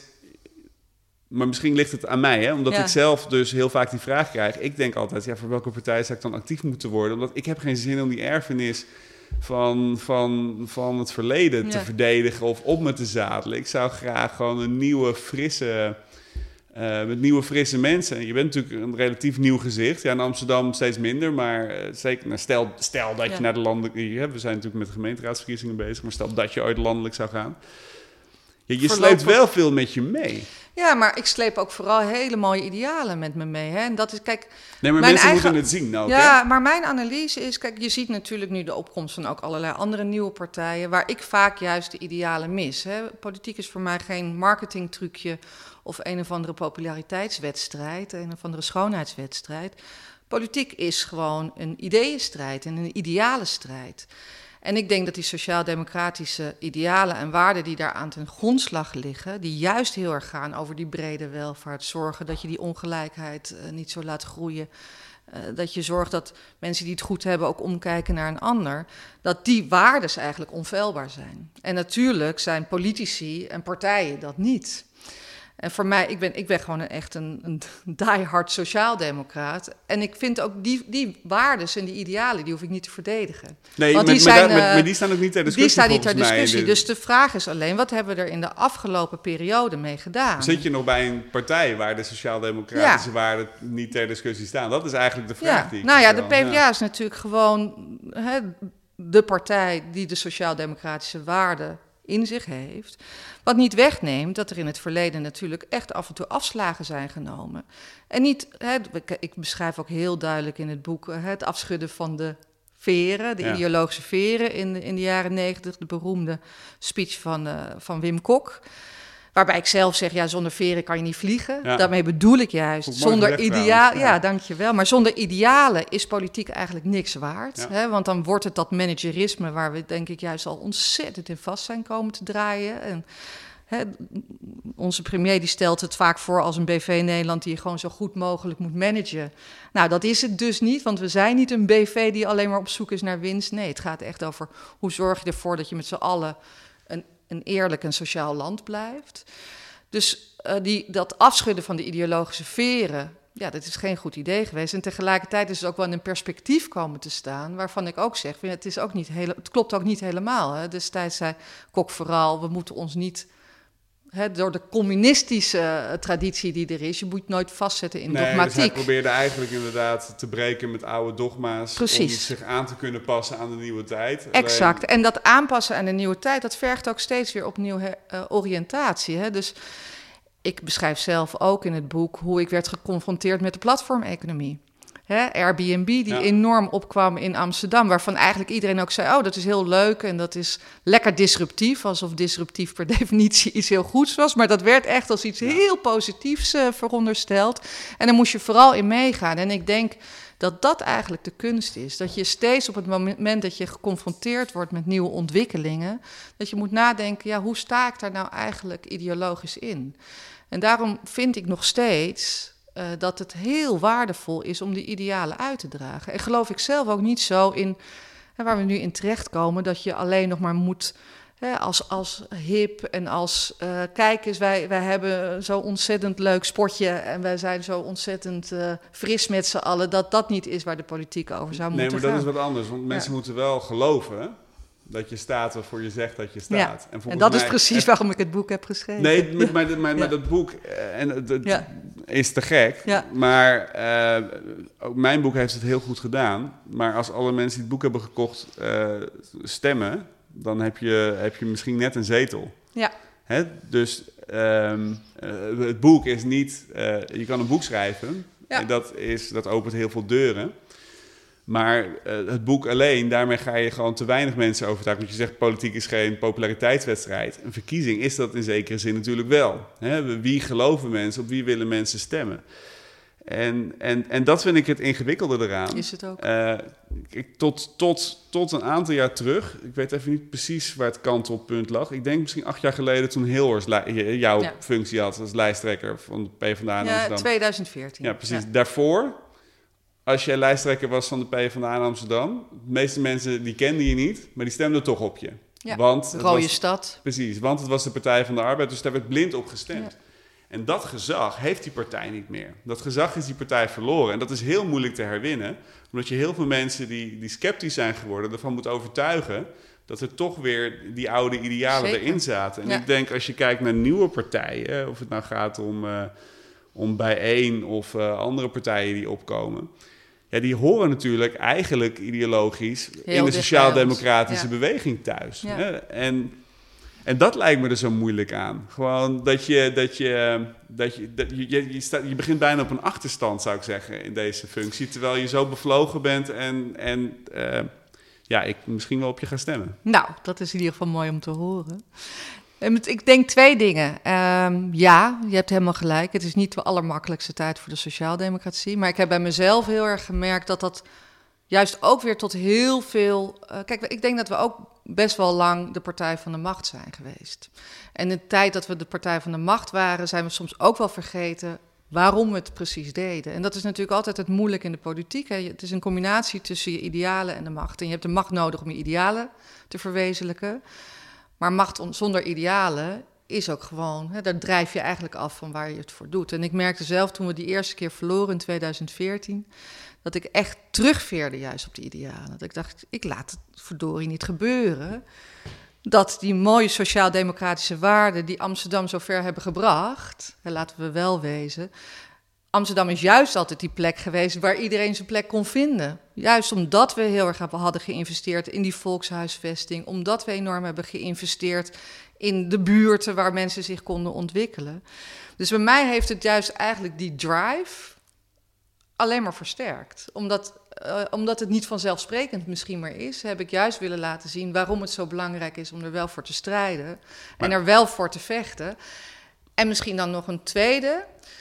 A: Maar misschien ligt het aan mij, hè? Omdat ja. ik zelf dus heel vaak die vraag krijg. Ik denk altijd, ja, voor welke partij zou ik dan actief moeten worden? Omdat ik heb geen zin om die erfenis van, van, van het verleden ja. te verdedigen of op me te zadelen. Ik zou graag gewoon een nieuwe, frisse... Uh, met nieuwe, frisse mensen. Je bent natuurlijk een relatief nieuw gezicht. Ja, in Amsterdam steeds minder, maar uh, zeker... Nou, stel, stel dat ja. je naar de landelijke... Ja, we zijn natuurlijk met de gemeenteraadsverkiezingen bezig, maar stel dat je ooit landelijk zou gaan. Ja, je Voorlopig... sleept wel veel met je mee.
B: Ja, maar ik sleep ook vooral hele mooie idealen met me mee. Hè? En dat is, kijk...
A: Nee, maar mensen eigen... moeten het zien ook,
B: Ja,
A: hè?
B: maar mijn analyse is... Kijk, je ziet natuurlijk nu de opkomst van ook allerlei andere nieuwe partijen, waar ik vaak juist de idealen mis. Hè? Politiek is voor mij geen marketingtrucje of een of andere populariteitswedstrijd, een of andere schoonheidswedstrijd. Politiek is gewoon een ideeënstrijd en een idealenstrijd. En ik denk dat die sociaal-democratische idealen en waarden die daar aan ten grondslag liggen, die juist heel erg gaan over die brede welvaart, zorgen dat je die ongelijkheid uh, niet zo laat groeien, uh, dat je zorgt dat mensen die het goed hebben ook omkijken naar een ander, dat die waarden eigenlijk onfeilbaar zijn. En natuurlijk zijn politici en partijen dat niet. En voor mij, ik ben, ik ben gewoon een, echt een, een diehard sociaaldemocraat. En ik vind ook die, die waarden en die idealen, die hoef ik niet te verdedigen.
A: Nee,
B: Want
A: maar,
B: die
A: maar,
B: zijn,
A: daar, maar,
B: uh,
A: maar die staan ook niet ter discussie.
B: Die staan niet ter
A: mij.
B: discussie.
A: De,
B: dus de vraag is alleen, wat hebben we er in de afgelopen periode mee gedaan?
A: Zit je nog bij een partij waar de sociaal-democratische
B: ja. waarden
A: niet ter discussie staan? Dat is eigenlijk de vraag
B: ja.
A: die ik
B: Nou ja,
A: stel.
B: de P v d A ja. is natuurlijk gewoon hè, de partij die de sociaal-democratische waarden in zich heeft. Wat niet wegneemt dat er in het verleden natuurlijk echt af en toe afslagen zijn genomen. En niet, hè, ik beschrijf ook heel duidelijk in het boek hè, het afschudden van de veren, de ja. ideologische veren in, in de jaren negentig, de beroemde speech van, uh, van Wim Kok. Waarbij ik zelf zeg, ja, zonder veren kan je niet vliegen. Ja. Daarmee bedoel ik juist, zonder idealen... Ja, ja, dankjewel. Maar zonder idealen is politiek eigenlijk niks waard. Ja. Hè? Want dan wordt het dat managerisme waar we denk ik juist al ontzettend in vast zijn komen te draaien. En hè, onze premier die stelt het vaak voor als een B V Nederland die je gewoon zo goed mogelijk moet managen. Nou, dat is het dus niet, want we zijn niet een B V die alleen maar op zoek is naar winst. Nee, het gaat echt over hoe zorg je ervoor dat je met z'n allen een een eerlijk en sociaal land blijft. Dus uh, die, dat afschudden van de ideologische veren, ja, dat is geen goed idee geweest. En tegelijkertijd is het ook wel in een perspectief komen te staan, waarvan ik ook zeg, het, is ook niet hele, het klopt ook niet helemaal. Hè. Destijds zei Kok vooral, we moeten ons niet... He, door de communistische uh, traditie die er is, je moet nooit vastzetten in
A: nee,
B: dogmatiek.
A: Dus hij probeerde eigenlijk inderdaad te breken met oude dogma's. Precies. Om zich aan te kunnen passen aan de nieuwe tijd.
B: Exact. Alleen... En dat aanpassen aan de nieuwe tijd, dat vergt ook steeds weer opnieuw uh, oriëntatie. Hè? Dus ik beschrijf zelf ook in het boek hoe ik werd geconfronteerd met de platformeconomie. Hè, Airbnb die ja. enorm opkwam in Amsterdam, waarvan eigenlijk iedereen ook zei, oh, dat is heel leuk en dat is lekker disruptief, alsof disruptief per definitie iets heel goeds was, maar dat werd echt als iets ja. heel positiefs uh, verondersteld. En daar moest je vooral in meegaan. En ik denk dat dat eigenlijk de kunst is, dat je steeds op het moment dat je geconfronteerd wordt met nieuwe ontwikkelingen, dat je moet nadenken, ja, hoe sta ik daar nou eigenlijk ideologisch in? En daarom vind ik nog steeds... Uh, dat het heel waardevol is om die idealen uit te dragen. En geloof ik zelf ook niet zo in, hè, waar we nu in terechtkomen, dat je alleen nog maar moet, hè, als, als hip en als, uh, kijk eens, wij, wij hebben zo'n ontzettend leuk sportje en wij zijn zo ontzettend uh, fris met z'n allen, dat dat niet is waar de politiek over zou
A: nee,
B: moeten gaan.
A: Nee, maar dat is wat anders, want mensen ja. moeten wel geloven dat je staat waarvoor je zegt dat je staat.
B: Ja. En, en dat mij, is precies en, waarom ik het boek heb geschreven.
A: Nee, maar, maar, maar, ja. maar dat boek en, het, ja. is te gek. Ja. Maar uh, ook mijn boek heeft het heel goed gedaan. Maar als alle mensen die het boek hebben gekocht uh, stemmen, dan heb je, heb je misschien net een zetel.
B: Ja.
A: Hè? Dus um, uh, het boek is niet... Uh, je kan een boek schrijven. Ja. En dat, is, dat opent heel veel deuren. Maar uh, het boek alleen, daarmee ga je gewoon te weinig mensen overtuigen. Want je zegt, politiek is geen populariteitswedstrijd. Een verkiezing is dat in zekere zin natuurlijk wel. Hè? Wie geloven mensen, op wie willen mensen stemmen? En, en, en dat vind ik het ingewikkelde eraan.
B: Is het ook?
A: Uh, ik, tot, tot, tot een aantal jaar terug, ik weet even niet precies waar het kantelpunt lag. Ik denk misschien acht jaar geleden toen Hilhorst li- jouw ja. functie had als lijsttrekker van de PvdA in
B: ja,
A: Amsterdam.
B: twintig veertien.
A: Ja, precies.
B: Ja.
A: Daarvoor... Als jij lijsttrekker was van de PvdA in Amsterdam, de meeste mensen die kenden je niet, maar die stemden toch op je.
B: Ja,
A: want
B: de rode
A: was,
B: stad.
A: Precies, want het was de Partij van de Arbeid, dus daar werd blind op gestemd. Ja. En dat gezag heeft die partij niet meer. Dat gezag is die partij verloren. En dat is heel moeilijk te herwinnen, omdat je heel veel mensen die, die sceptisch zijn geworden, ervan moet overtuigen dat er toch weer die oude idealen Zeker. erin zaten. En ja. ik denk, als je kijkt naar nieuwe partijen, of het nou gaat om, uh, om Bijeen of uh, andere partijen die opkomen... Ja, die horen natuurlijk eigenlijk ideologisch heel in de sociaal-democratische ja. beweging thuis. Ja. Hè? En, en dat lijkt me er zo moeilijk aan. Gewoon dat je, dat je, dat je, dat je, je, je, staat, je begint bijna op een achterstand, zou ik zeggen, in deze functie. Terwijl je zo bevlogen bent en, en uh, ja, ik misschien wel op je ga stemmen.
B: Nou, dat is in ieder geval mooi om te horen. Ik denk twee dingen. Um, ja, je hebt helemaal gelijk. Het is niet de allermakkelijkste tijd voor de sociaaldemocratie. Maar ik heb bij mezelf heel erg gemerkt dat dat juist ook weer tot heel veel... Uh, kijk, ik denk dat we ook best wel lang de partij van de macht zijn geweest. En in de tijd dat we de partij van de macht waren, zijn we soms ook wel vergeten waarom we het precies deden. En dat is natuurlijk altijd het moeilijk in de politiek. Hè. Het is een combinatie tussen je idealen en de macht. En je hebt de macht nodig om je idealen te verwezenlijken. Maar macht zonder idealen is ook gewoon, hè, daar drijf je eigenlijk af van waar je het voor doet. En ik merkte zelf toen we die eerste keer verloren in tweeduizend veertien... dat ik echt terugveerde juist op die idealen. Dat ik dacht, ik laat het verdorie niet gebeuren. Dat die mooie sociaal-democratische waarden die Amsterdam zo ver hebben gebracht, hè, laten we wel wezen, Amsterdam is juist altijd die plek geweest waar iedereen zijn plek kon vinden. Juist omdat we heel erg hadden geïnvesteerd in die volkshuisvesting, omdat we enorm hebben geïnvesteerd in de buurten waar mensen zich konden ontwikkelen. Dus bij mij heeft het juist eigenlijk die drive alleen maar versterkt. Omdat, uh, omdat het niet vanzelfsprekend misschien meer is, heb ik juist willen laten zien waarom het zo belangrijk is om er wel voor te strijden maar en er wel voor te vechten. En misschien dan nog een tweede.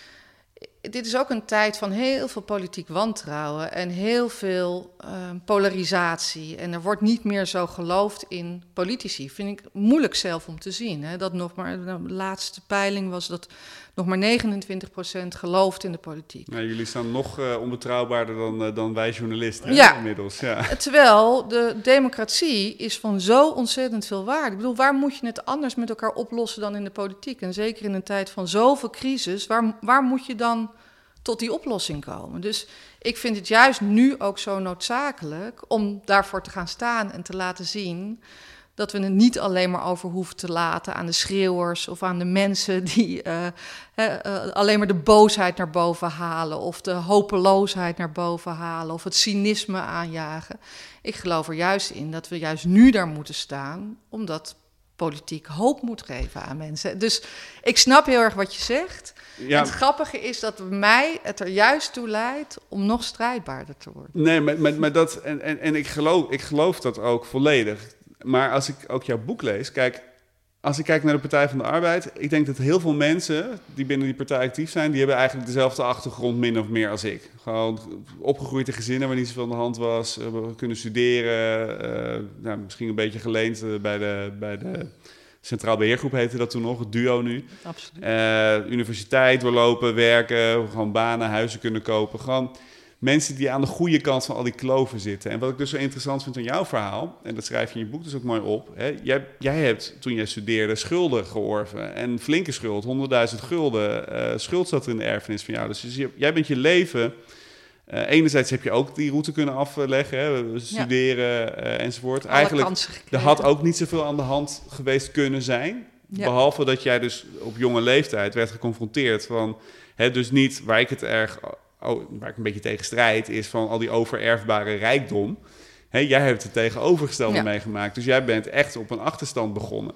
B: Dit is ook een tijd van heel veel politiek wantrouwen en heel veel uh, polarisatie. En er wordt niet meer zo geloofd in politici. Vind ik moeilijk zelf om te zien. Hè? Dat nog maar, de laatste peiling was dat nog maar negenentwintig procent gelooft in de politiek.
A: Nou, jullie staan nog uh, onbetrouwbaarder dan, uh, dan wij journalisten, hè,
B: ja.
A: inmiddels. Ja.
B: Terwijl de democratie is van zo ontzettend veel waarde. Ik bedoel, waar moet je het anders met elkaar oplossen dan in de politiek? En zeker in een tijd van zoveel crisis, waar, waar moet je dan tot die oplossing komen? Dus ik vind het juist nu ook zo noodzakelijk om daarvoor te gaan staan en te laten zien dat we het niet alleen maar over hoeven te laten aan de schreeuwers of aan de mensen die uh, uh, uh, alleen maar de boosheid naar boven halen of de hopeloosheid naar boven halen of het cynisme aanjagen. Ik geloof er juist in dat we juist nu daar moeten staan, omdat politiek hoop moet geven aan mensen. Dus ik snap heel erg wat je zegt. Ja. Het grappige is dat bij mij het er juist toe leidt om nog strijdbaarder te worden.
A: Nee, maar, maar, maar dat, en, en, en ik, geloof, ik geloof dat ook volledig. Maar als ik ook jouw boek lees, kijk, als ik kijk naar de Partij van de Arbeid, ik denk dat heel veel mensen die binnen die partij actief zijn, die hebben eigenlijk dezelfde achtergrond min of meer als ik. Gewoon opgegroeid in gezinnen waar niet zoveel aan de hand was, we kunnen studeren, uh, nou, misschien een beetje geleend uh, bij de, bij de Centraal Beheergroep heette dat toen nog, het duo nu.
B: Absoluut.
A: Uh, universiteit doorlopen, werken, gewoon banen, huizen kunnen kopen, gewoon mensen die aan de goede kant van al die kloven zitten. En wat ik dus zo interessant vind aan jouw verhaal, en dat schrijf je in je boek dus ook mooi op, hè, jij, jij hebt toen jij studeerde schulden georven. En flinke schuld, honderdduizend gulden. Uh, schuld zat er in de erfenis van jou. Dus je, jij bent je leven. Uh, enerzijds heb je ook die route kunnen afleggen, hè, studeren ja. uh, enzovoort.
B: Alle
A: Eigenlijk, er had ook niet zoveel aan de hand geweest kunnen zijn. Ja. Behalve dat jij dus op jonge leeftijd werd geconfronteerd van, hè, dus niet waar ik het erg... Oh, waar ik een beetje tegen strijd, is van al die overerfbare rijkdom. Hey, jij hebt het tegenovergestelde ja. meegemaakt. Dus jij bent echt op een achterstand begonnen.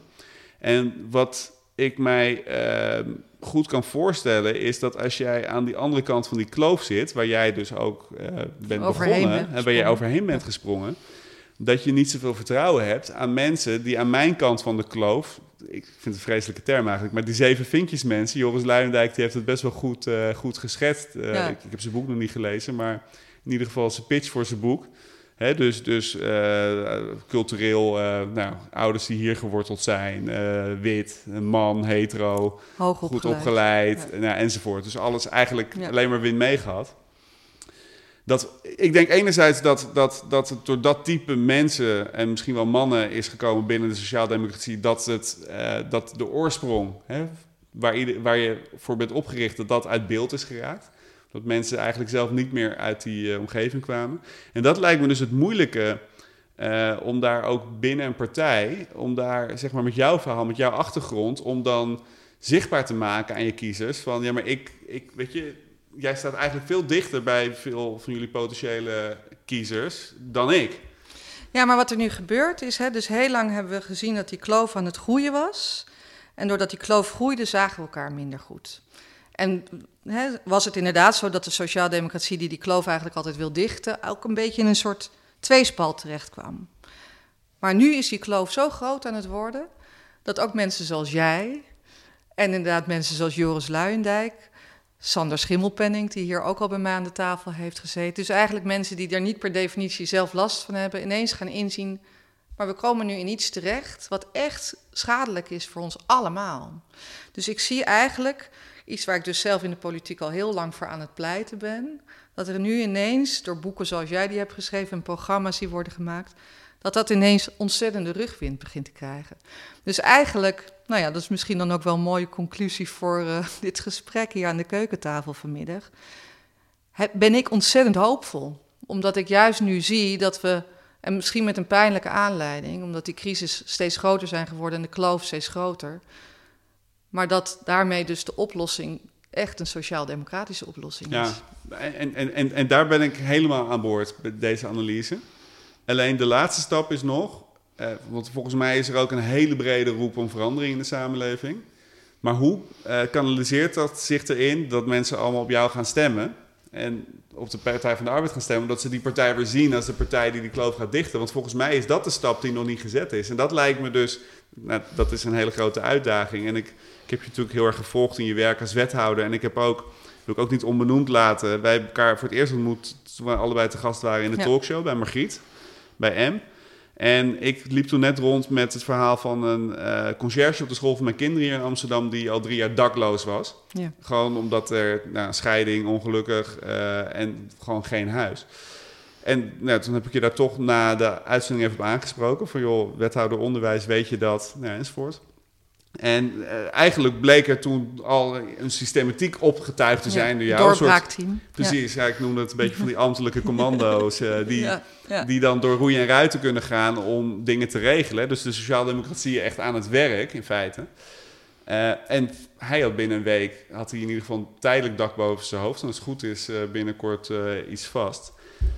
A: En wat ik mij uh, goed kan voorstellen, is dat als jij aan die andere kant van die kloof zit, waar jij dus ook uh, bent overheen begonnen, bent en waar jij overheen bent gesprongen, dat je niet zoveel vertrouwen hebt aan mensen die aan mijn kant van de kloof, ik vind het een vreselijke term eigenlijk, maar die zeven vinkjes mensen, Joris Luijendijk, die heeft het best wel goed, uh, goed geschetst. Uh, ja. ik, ik heb zijn boek nog niet gelezen, maar in ieder geval zijn pitch voor zijn boek. Hè, dus dus uh, cultureel, uh, nou, ouders die hier geworteld zijn, uh, wit, een man, hetero,
B: hoog opgeleid,
A: goed opgeleid, ja. nou, enzovoort. Dus alles eigenlijk ja. alleen maar win mee gehad. Dat, ik denk enerzijds dat, dat, dat het door dat type mensen en misschien wel mannen is gekomen binnen de sociaaldemocratie, dat, het, uh, dat de oorsprong, hè, waar, ieder, waar je voor bent opgericht, dat dat uit beeld is geraakt. Dat mensen eigenlijk zelf niet meer uit die uh, omgeving kwamen. En dat lijkt me dus het moeilijke, uh, om daar ook binnen een partij, om daar zeg maar met jouw verhaal, met jouw achtergrond, om dan zichtbaar te maken aan je kiezers van, ja, maar ik, ik weet je, jij staat eigenlijk veel dichter bij veel van jullie potentiële kiezers dan ik.
B: Ja, maar wat er nu gebeurt is, hè, dus heel lang hebben we gezien dat die kloof aan het groeien was. En doordat die kloof groeide, zagen we elkaar minder goed. En hè, was het inderdaad zo dat de sociaaldemocratie die die kloof eigenlijk altijd wil dichten, ook een beetje in een soort tweespalt terecht kwam. Maar nu is die kloof zo groot aan het worden, dat ook mensen zoals jij, en inderdaad mensen zoals Joris Luijendijk, Sander Schimmelpenninck, die hier ook al bij mij aan de tafel heeft gezeten. Dus eigenlijk mensen die daar niet per definitie zelf last van hebben, ineens gaan inzien, maar we komen nu in iets terecht wat echt schadelijk is voor ons allemaal. Dus ik zie eigenlijk iets waar ik dus zelf in de politiek al heel lang voor aan het pleiten ben, dat er nu ineens, door boeken zoals jij die hebt geschreven en programma's die worden gemaakt, dat dat ineens ontzettende rugwind begint te krijgen. Dus eigenlijk, nou ja, dat is misschien dan ook wel een mooie conclusie voor uh, dit gesprek hier aan de keukentafel vanmiddag. He, ben ik ontzettend hoopvol, omdat ik juist nu zie dat we, en misschien met een pijnlijke aanleiding, omdat die crisis steeds groter zijn geworden en de kloof steeds groter, maar dat daarmee dus de oplossing echt een sociaal-democratische oplossing
A: Ja,
B: is.
A: en, en, en, en daar ben ik helemaal aan boord bij deze analyse. Alleen de laatste stap is nog, eh, want volgens mij is er ook een hele brede roep om verandering in de samenleving. Maar hoe eh, kanaliseert dat zich erin dat mensen allemaal op jou gaan stemmen en op de Partij van de Arbeid gaan stemmen, omdat ze die partij weer zien als de partij die die kloof gaat dichten? Want volgens mij is dat de stap die nog niet gezet is. En dat lijkt me dus, nou, dat is een hele grote uitdaging. En ik, ik heb je natuurlijk heel erg gevolgd in je werk als wethouder. En ik heb ook, wil ik ook niet onbenoemd laten, wij hebben elkaar voor het eerst ontmoet toen we allebei te gast waren in de
B: Ja.
A: talkshow bij Margriet, bij M. En ik liep toen net rond met het verhaal van een uh, conciërge op de school van mijn kinderen hier in Amsterdam, die al drie jaar dakloos was.
B: Ja.
A: Gewoon omdat er, nou, een scheiding, ongelukkig uh, en gewoon geen huis. En nou, toen heb ik je daar toch na de uitzending even op aangesproken. Van joh, wethouder onderwijs, weet je dat? Nou, enzovoort. En uh, eigenlijk bleek er toen al een systematiek opgetuigd te zijn
B: Ja,
A: door jou.
B: doorbraakteam.
A: Een soort, precies, ja. Ja, ik noemde het een beetje van die ambtelijke commando's. Uh, die,
B: Ja, ja.
A: die dan door roeien en ruiten kunnen gaan om dingen te regelen. Dus de sociaaldemocratie echt aan het werk, in feite. Uh, en hij had binnen een week, had hij in ieder geval een tijdelijk dak boven zijn hoofd. En als het goed is, uh, binnenkort uh, iets vast.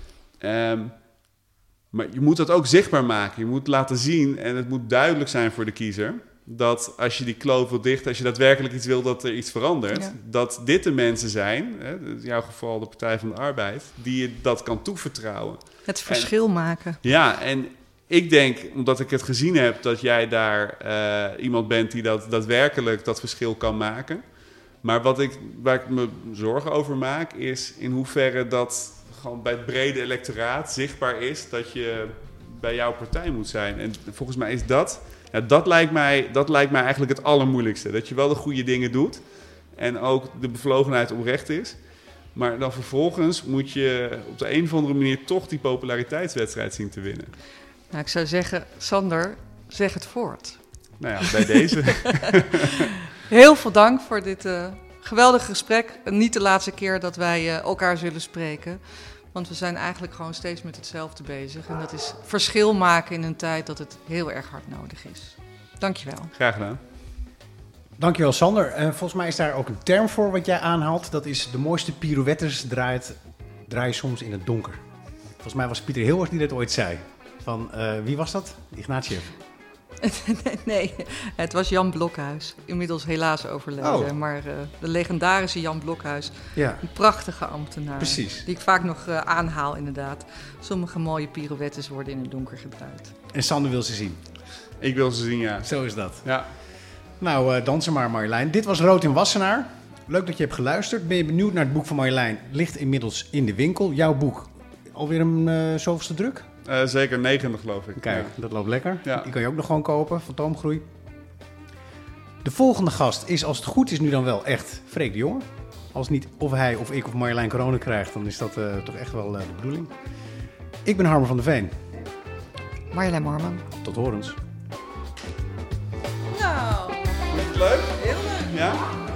A: Um, maar je moet dat ook zichtbaar maken. Je moet laten zien, en het moet duidelijk zijn voor de kiezer, dat als je die kloof wil dichten, als je daadwerkelijk iets wil dat er iets verandert,
B: Ja.
A: dat dit de mensen zijn, hè, in jouw geval de Partij van de Arbeid, die je dat kan toevertrouwen.
B: Het verschil en, maken.
A: Ja, en ik denk, omdat ik het gezien heb, dat jij daar uh, iemand bent die dat daadwerkelijk dat verschil kan maken. Maar wat ik, waar ik me zorgen over maak, is in hoeverre dat gewoon bij het brede electoraat zichtbaar is dat je bij jouw partij moet zijn. En volgens mij is dat, ja, dat lijkt mij, dat lijkt mij eigenlijk het allermoeilijkste. Dat je wel de goede dingen doet en ook de bevlogenheid oprecht is. Maar dan vervolgens moet je op de een of andere manier toch die populariteitswedstrijd zien te winnen.
B: Nou, ik zou zeggen, Sander, zeg het voort.
A: Nou ja, bij deze.
B: Heel veel dank voor dit uh, geweldige gesprek. Niet de laatste keer dat wij uh, elkaar zullen spreken. Want we zijn eigenlijk gewoon steeds met hetzelfde bezig. En dat is verschil maken in een tijd dat het heel erg hard nodig is. Dankjewel.
A: Graag gedaan.
C: Dankjewel, Sander. Uh, volgens mij is daar ook een term voor wat jij aanhaalt. Dat is de mooiste pirouettes draait, draai soms in het donker. Volgens mij was Pieter Hilgers die dat ooit zei. Van, uh, wie was dat? Ignatieff.
B: Nee, het was Jan Blokhuis. Inmiddels helaas overleden.
C: Oh.
B: Maar uh, de legendarische Jan Blokhuis.
C: Ja.
B: Een prachtige ambtenaar.
C: Precies.
B: Die ik vaak nog uh, aanhaal, inderdaad. Sommige mooie pirouettes worden in het donker gedraaid.
C: En Sander wil ze zien.
A: Ik wil ze zien, ja.
C: Zo is dat.
A: Ja.
C: Nou, uh, dansen maar, Marjolein. Dit was Rood in Wassenaar. Leuk dat je hebt geluisterd. Ben je benieuwd naar het boek van Marjolein? Ligt inmiddels in de winkel. Jouw boek. Alweer een uh, zoveelste druk?
A: Uh, zeker negende, geloof ik.
C: Kijk,
A: ja.
C: dat loopt lekker.
A: Ja.
C: Die kan je ook nog gewoon kopen, Fantoomgroei. De volgende gast is, als het goed is, nu dan wel echt Freek de Jonge. Als niet of hij of ik of Marjolein corona krijgt, dan is dat uh, toch echt wel uh, de bedoeling. Ik ben Harmer van der Veen.
B: Marjolein Moorman.
C: Tot horens.
B: Nou,
A: Vond je het leuk?
B: heel leuk.
A: Ja?